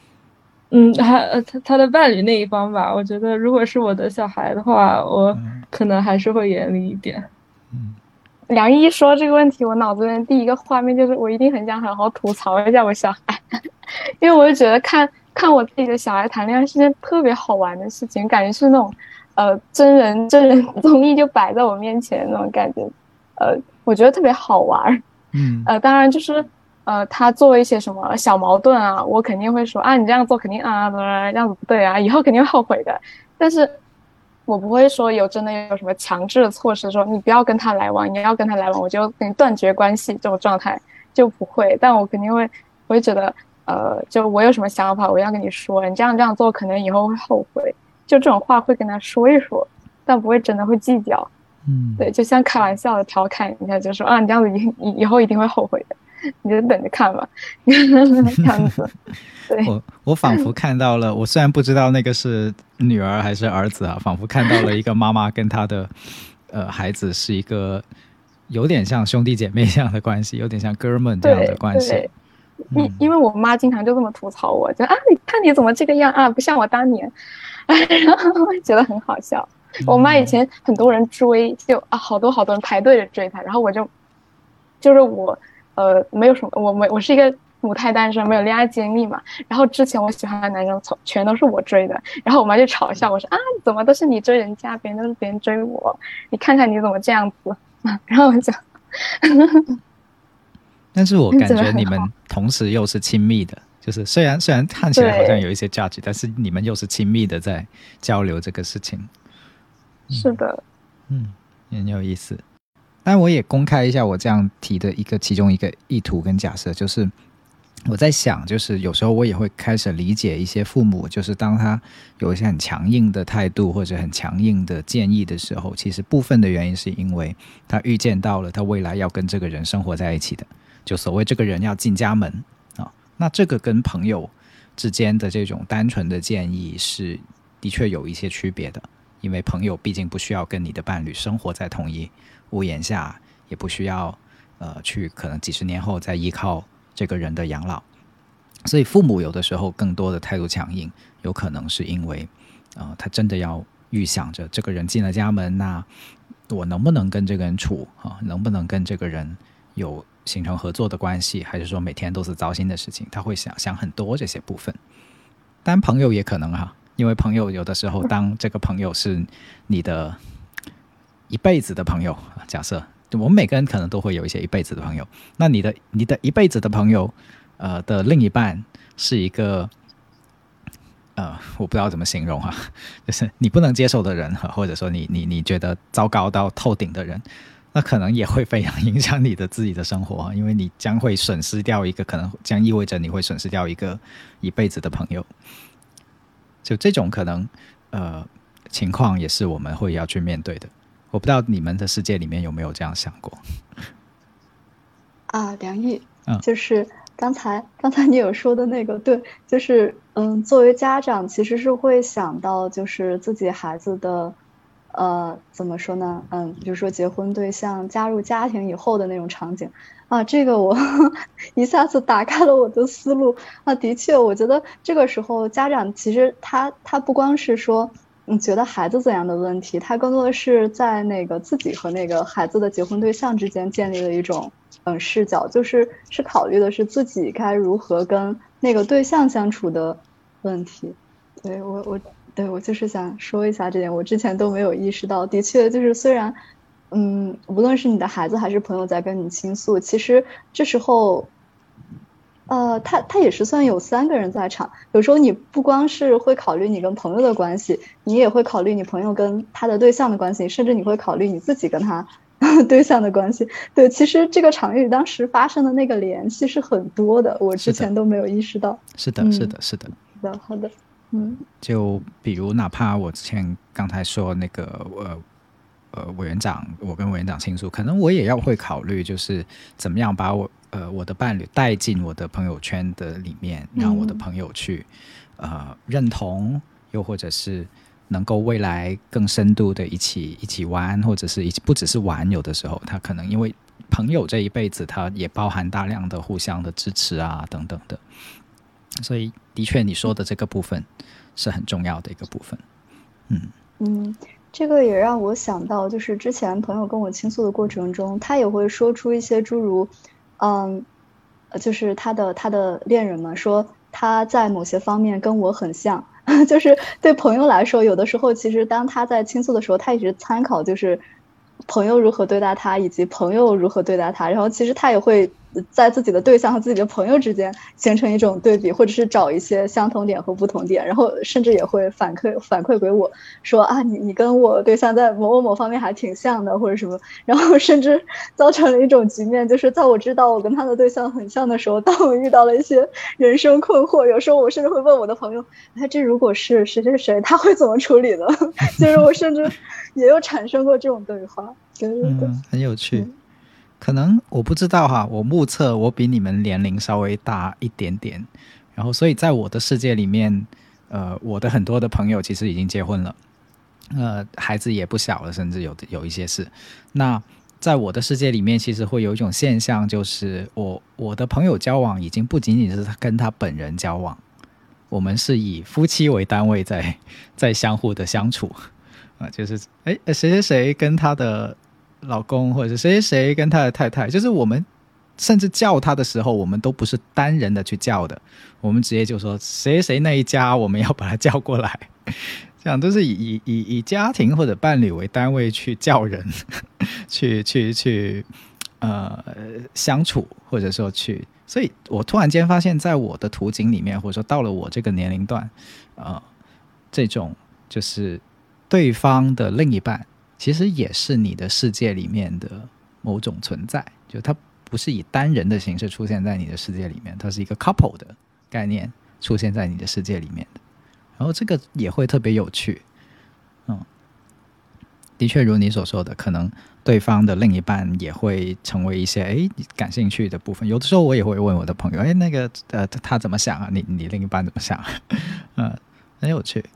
他的伴侣那一方吧，我觉得如果是我的小孩的话，我可能还是会严厉一点。 梁一说这个问题，我脑子里面第一个画面就是我一定很想好好吐槽一下我小孩，因为我就觉得看我自己的小孩谈恋爱是件特别好玩的事情，感觉是那种真人综艺就摆在我面前那种感觉，我觉得特别好玩。当然就是他做一些什么小矛盾啊，我肯定会说啊，你这样做肯定这样子不对啊，以后肯定会后悔的。但是我不会说真的有什么强制的措施说你不要跟他来往，你要跟他来往我就跟你断绝关系这种状态就不会，但我肯定会觉得就我有什么想法我要跟你说，你这样做可能以后会后悔，就这种话会跟他说一说，但不会真的会计较。对，就像开玩笑的调侃一下，就说啊，你这样子以后一定会后悔的，你就等着看吧，这样子。对， 我仿佛看到了，我虽然不知道那个是女儿还是儿子啊，仿佛看到了一个妈妈跟她的孩子是一个有点像兄弟姐妹这样的关系，有点像哥们这样的关系。 对，因为我妈经常就这么吐槽我，就啊，你看你怎么这个样啊，不像我当年，然后我觉得很好笑。我妈以前很多人追，就好多人排队着追她，然后就是我没有什么，我是一个母胎单身，没有恋爱经历嘛，然后之前我喜欢的男生全都是我追的，然后我妈就嘲笑我说啊，怎么都是你追人家，别人都是别人追我，你看看你怎么这样子，然后我就但是我感觉你们同时又是亲密的，就是虽然看起来好像有一些 judge， 但是你们又是亲密的在交流这个事情。 是的， 很有意思。但我也公开一下我这样提的其中一个意图跟假设，就是我在想，就是有时候我也会开始理解一些父母，就是当他有一些很强硬的态度或者很强硬的建议的时候，其实部分的原因是因为他预见到了他未来要跟这个人生活在一起的，就所谓这个人要进家门啊。那这个跟朋友之间的这种单纯的建议是的确有一些区别的，因为朋友毕竟不需要跟你的伴侣生活在同一屋檐下，也不需要去可能几十年后再依靠这个人的养老，所以父母有的时候更多的态度强硬，有可能是因为他真的要预想着这个人进了家门，那我能不能跟这个人处能不能跟这个人有形成合作的关系，还是说每天都是糟心的事情，他会想很多这些部分。但朋友也可能因为朋友有的时候当这个朋友是你的一辈子的朋友，假设我们每个人可能都会有一些一辈子的朋友，那你的一辈子的朋友的另一半是一个我不知道怎么形容就是你不能接受的人，或者说你觉得糟糕到透顶的人，那可能也会非常影响你的自己的生活，因为你将会损失掉一个，可能将意味着你会损失掉一个一辈子的朋友。就这种可能情况也是我们会要去面对的。我不知道你们的世界里面有没有这样想过梁毅，就是刚才你有说的那个，对，就是作为家长其实是会想到就是自己孩子的怎么说呢，比如说结婚对象加入家庭以后的那种场景这个我一下子打开了我的思路的确我觉得这个时候家长其实他不光是说觉得孩子怎样的问题，他更多的是在那个自己和那个孩子的结婚对象之间建立了一种视角，就是考虑的是自己该如何跟那个对象相处的问题。对，我就是想说一下这点，我之前都没有意识到。的确就是虽然无论是你的孩子还是朋友在跟你倾诉，其实这时候他也是算有3个人在场，有时候你不光是会考虑你跟朋友的关系，你也会考虑你朋友跟他的对象的关系，甚至你会考虑你自己跟他对象的关系。对，其实这个场域当时发生的那个联系是很多的，我之前都没有意识到。 是的。 好的。 就比如哪怕我之前刚才说那个委员长，我跟委员长倾诉，可能我也要会考虑就是怎么样把我的伴侣带进我的朋友圈的里面，让我的朋友去认同，又或者是能够未来更深度的一起玩，或者是不只是玩，有的时候他可能因为朋友这一辈子他也包含大量的互相的支持等等的，所以的确你说的这个部分是很重要的一个部分。 这个也让我想到，就是之前朋友跟我倾诉的过程中，他也会说出一些诸如就是他的恋人们说他在某些方面跟我很像就是对朋友来说，有的时候其实当他在倾诉的时候，他一直参考就是朋友如何对待他以及朋友如何对待他，然后其实他也会在自己的对象和自己的朋友之间形成一种对比，或者是找一些相同点和不同点，然后甚至也会反馈给我说啊，你跟我对象在某方面还挺像的，或者什么，然后甚至造成了一种局面，就是在我知道我跟他的对象很像的时候，当我遇到了一些人生困惑，有时候我甚至会问我的朋友，哎，这如果是谁谁谁，他会怎么处理呢？就是我甚至也有产生过这种对话。对对对， 很有趣。可能我不知道哈，我目测我比你们年龄稍微大一点点，然后所以在我的世界里面，我的很多的朋友其实已经结婚了，孩子也不小了，甚至有一些是。那在我的世界里面，其实会有一种现象，就是我的朋友交往已经不仅仅是跟他本人交往，我们是以夫妻为单位在相互的相处，就是谁谁谁跟他的老公，或者是谁谁谁跟他的太太，就是我们甚至叫他的时候，我们都不是单人的去叫的，我们直接就说谁谁那一家我们要把他叫过来，这样都是以家庭或者伴侣为单位去叫人去相处，或者说去，所以我突然间发现在我的途径里面，或者说到了我这个年龄段，这种就是对方的另一半其实也是你的世界里面的某种存在，就它不是以单人的形式出现在你的世界里面，它是一个 couple 的概念出现在你的世界里面的，然后这个也会特别有趣。的确如你所说的，可能对方的另一半也会成为一些感兴趣的部分，有的时候我也会问我的朋友，那个他怎么想啊，你另一半怎么想啊？很有趣。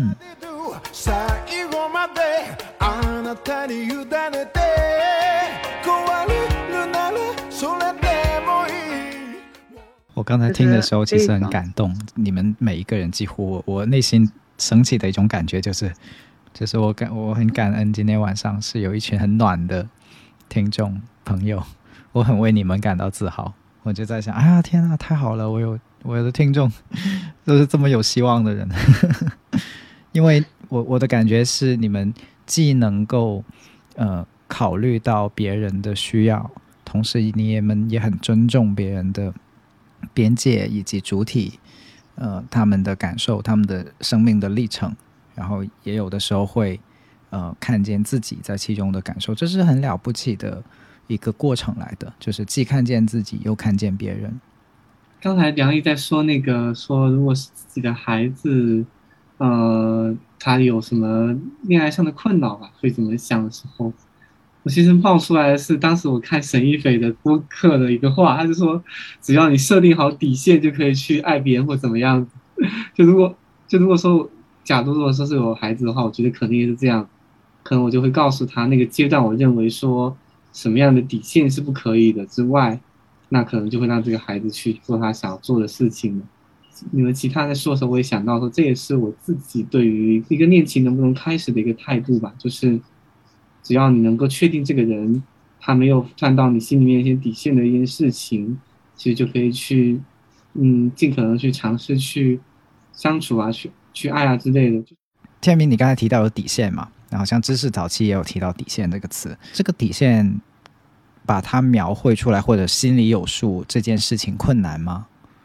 我刚才听的时候其实很感动，你们每一个人几乎我内心升起的一种感觉就是我很感恩今天晚上是有一群很暖的听众朋友，我很为你们感到自豪。我就在想，哎呀天啊，太好了，我的听众都是这么有希望的人因为我的感觉是你们既能够考虑到别人的需要，同时你们也很尊重别人的边界以及主体他们的感受，他们的生命的历程，然后也有的时候会看见自己在其中的感受，这是很了不起的一个过程来的，就是既看见自己又看见别人。 刚才梁毅在说说如果是自己的孩子他有什么恋爱上的困扰吧，会怎么想的时候，我其实冒出来的是当时我看沈一斐的播客的一个话，他就说只要你设定好底线就可以去爱别人或怎么样子就如果说假如说是有孩子的话，我觉得肯定是这样，可能我就会告诉他那个阶段我认为说什么样的底线是不可以的之外，那可能就会让这个孩子去做他想要做的事情了。你们其他在说的时候，我也想到说这也是我自己对于一个恋情能不能开始的一个态度吧，就是只要你能够确定这个人他没有犯到你心里面一些底线的一件事情，其实就可以去尽可能去尝试去相处啊，去爱啊之类的。 天明，你刚才提到有底线嘛，然后像知识早期也有提到底线这个词，这个底线把它描绘出来或者心里有数这件事情困难吗？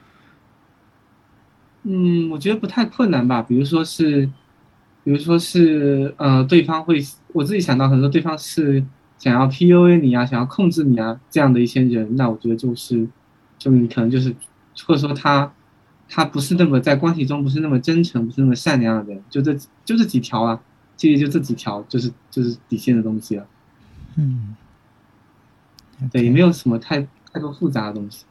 我觉得不太困难吧。比如说是对方会，我自己想到很多对方是想要 PUA 你啊，想要控制你啊这样的一些人，那我觉得就你可能就是或者说他不是那么在关系中不是那么真诚，不是那么善良的人，就这几条啊，其实就这几条就是底线的东西了。对，也没有什么太多复杂的东西。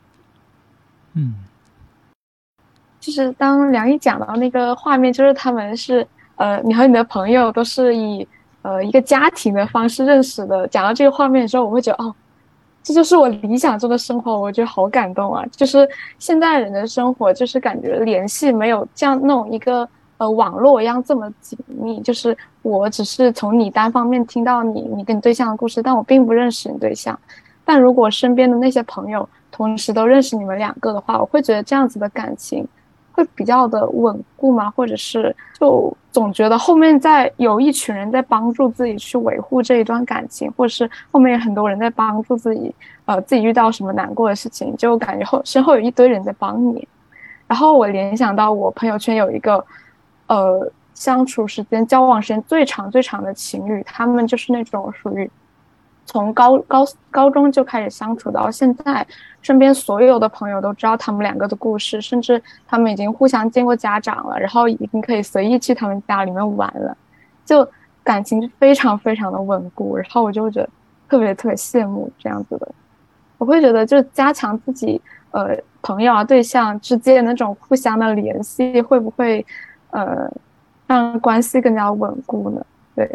就是当梁毅讲到那个画面，就是他们是你和你的朋友都是以一个家庭的方式认识的。讲到这个画面的时候，我会觉得这就是我理想中的生活，我觉得好感动啊！就是现代人的生活，就是感觉联系没有像那种一个网络一样这么紧密。就是我只是从你单方面听到你跟你对象的故事，但我并不认识你对象。但如果身边的那些朋友同时都认识你们两个的话，我会觉得这样子的感情会比较的稳固嘛，或者是就总觉得后面在有一群人在帮助自己去维护这一段感情，或者是后面有很多人在帮助自己，自己遇到什么难过的事情，就感觉身后有一堆人在帮你。然后我联想到我朋友圈有一个相处时间、交往时间最长的情侣，他们就是那种属于从高中就开始相处到现在，身边所有的朋友都知道他们两个的故事，甚至他们已经互相见过家长了，然后已经可以随意去他们家里面玩了，就感情非常非常的稳固。然后我就觉得特别羡慕这样子的。我会觉得就是加强自己朋友啊对象之间的那种互相的联系，会不会让关系更加稳固呢？对，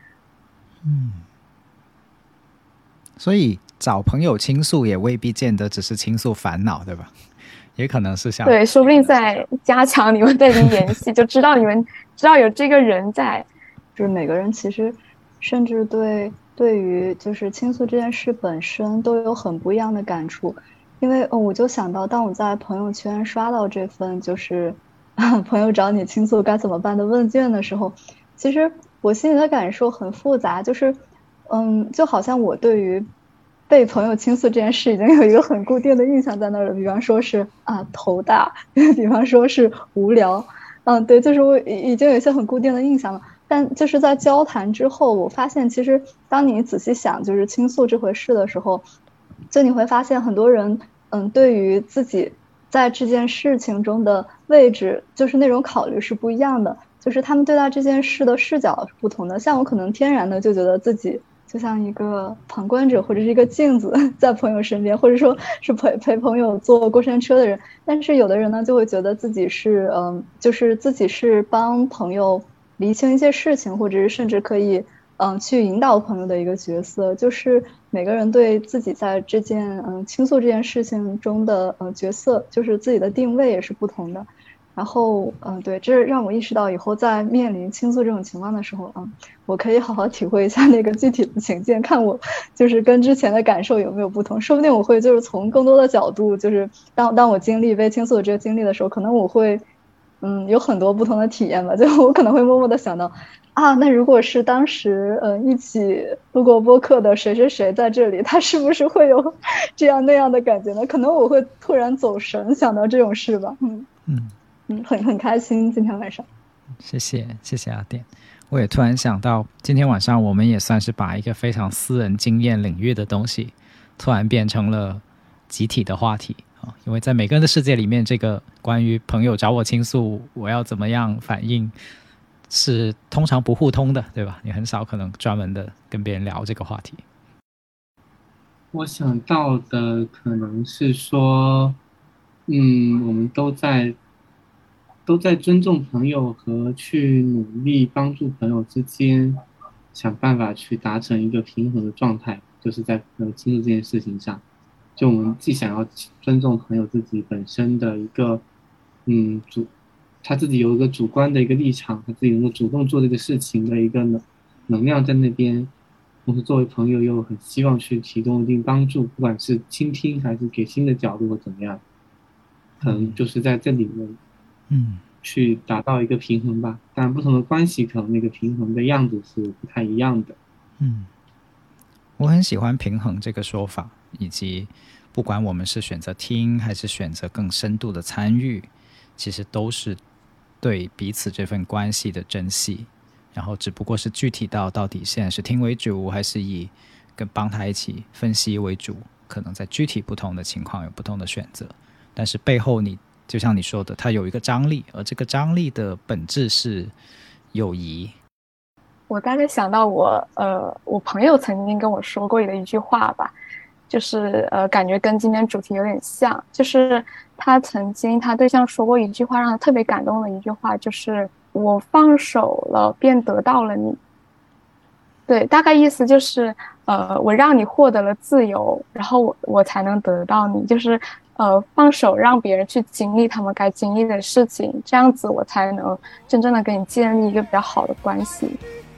所以找朋友倾诉也未必见得只是倾诉烦恼，对吧？也可能是像对，说不定在加强你们的联系，就知道你们知道有这个人在。 就是每个人其实甚至对于就是倾诉这件事本身都有很不一样的感触。因为我就想到，当我在朋友圈刷到这份就是朋友找你倾诉该怎么办的问卷的时候，其实我心里的感受很复杂，就是就好像我对于被朋友倾诉这件事已经有一个很固定的印象在那儿了，比方说是头大，比方说是无聊，对，就是我已经有一些很固定的印象了。但就是在交谈之后，我发现其实当你仔细想就是倾诉这回事的时候，就你会发现很多人对于自己在这件事情中的位置，就是那种考虑是不一样的，就是他们对待这件事的视角是不同的。像我可能天然的就觉得自己就像一个旁观者或者是一个镜子在朋友身边，或者说是陪朋友坐过山车的人。但是有的人呢就会觉得自己是就是自己是帮朋友厘清一些事情，或者是甚至可以去引导朋友的一个角色。就是每个人对自己在这件倾诉这件事情中的角色，就是自己的定位也是不同的。然后对，这让我意识到以后在面临倾诉这种情况的时候我可以好好体会一下那个具体的情境，看我就是跟之前的感受有没有不同。说不定我会就是从更多的角度，就是当我经历被倾诉的这个经历的时候，可能我会有很多不同的体验吧。就我可能会默默的想到那如果是当时一起录过播客的谁谁谁在这里，他是不是会有这样那样的感觉呢？可能我会突然走神想到这种事吧。很开心今天晚上。 谢谢阿典。我也突然想到，今天晚上我们也算是把一个非常私人经验领域的东西突然变成了集体的话题。因为在每个人的世界里面，这个关于朋友找我倾诉我要怎么样反应是通常不互通的，对吧？你很少可能专门的跟别人聊这个话题。 我想到的可能是说我们都在尊重朋友和去努力帮助朋友之间想办法去达成一个平衡的状态，就是在倾诉这件事情上，就我们既想要尊重朋友自己本身的一个他自己有一个主观的一个立场，他自己能够主动做这个事情的一个能量在那边，同时作为朋友又很希望去提供一定帮助，不管是倾听还是给新的角度或怎么样，可能就是在这里面去达到一个平衡吧。当然不同的关系可能那个平衡的样子是不太一样的。 我很喜欢平衡这个说法，以及不管我们是选择听还是选择更深度的参与，其实都是对彼此这份关系的珍惜，然后只不过是具体到底现在是听为主还是以跟帮他一起分析为主，可能在具体不同的情况有不同的选择，但是背后你就像你说的，它有一个张力，而这个张力的本质是友谊。 我大概想到我朋友曾经跟我说过的一句话吧，就是感觉跟今天主题有点像，就是他对象说过一句话让他特别感动的一句话，就是我放手了便得到了你。对，大概意思就是我让你获得了自由，然后我才能得到你，就是放手让别人去经历他们该经历的事情，这样子我才能真正的跟你建立一个比较好的关系。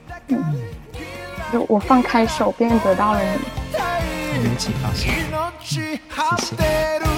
就我放开手便得到了你。 很有启发性，谢谢。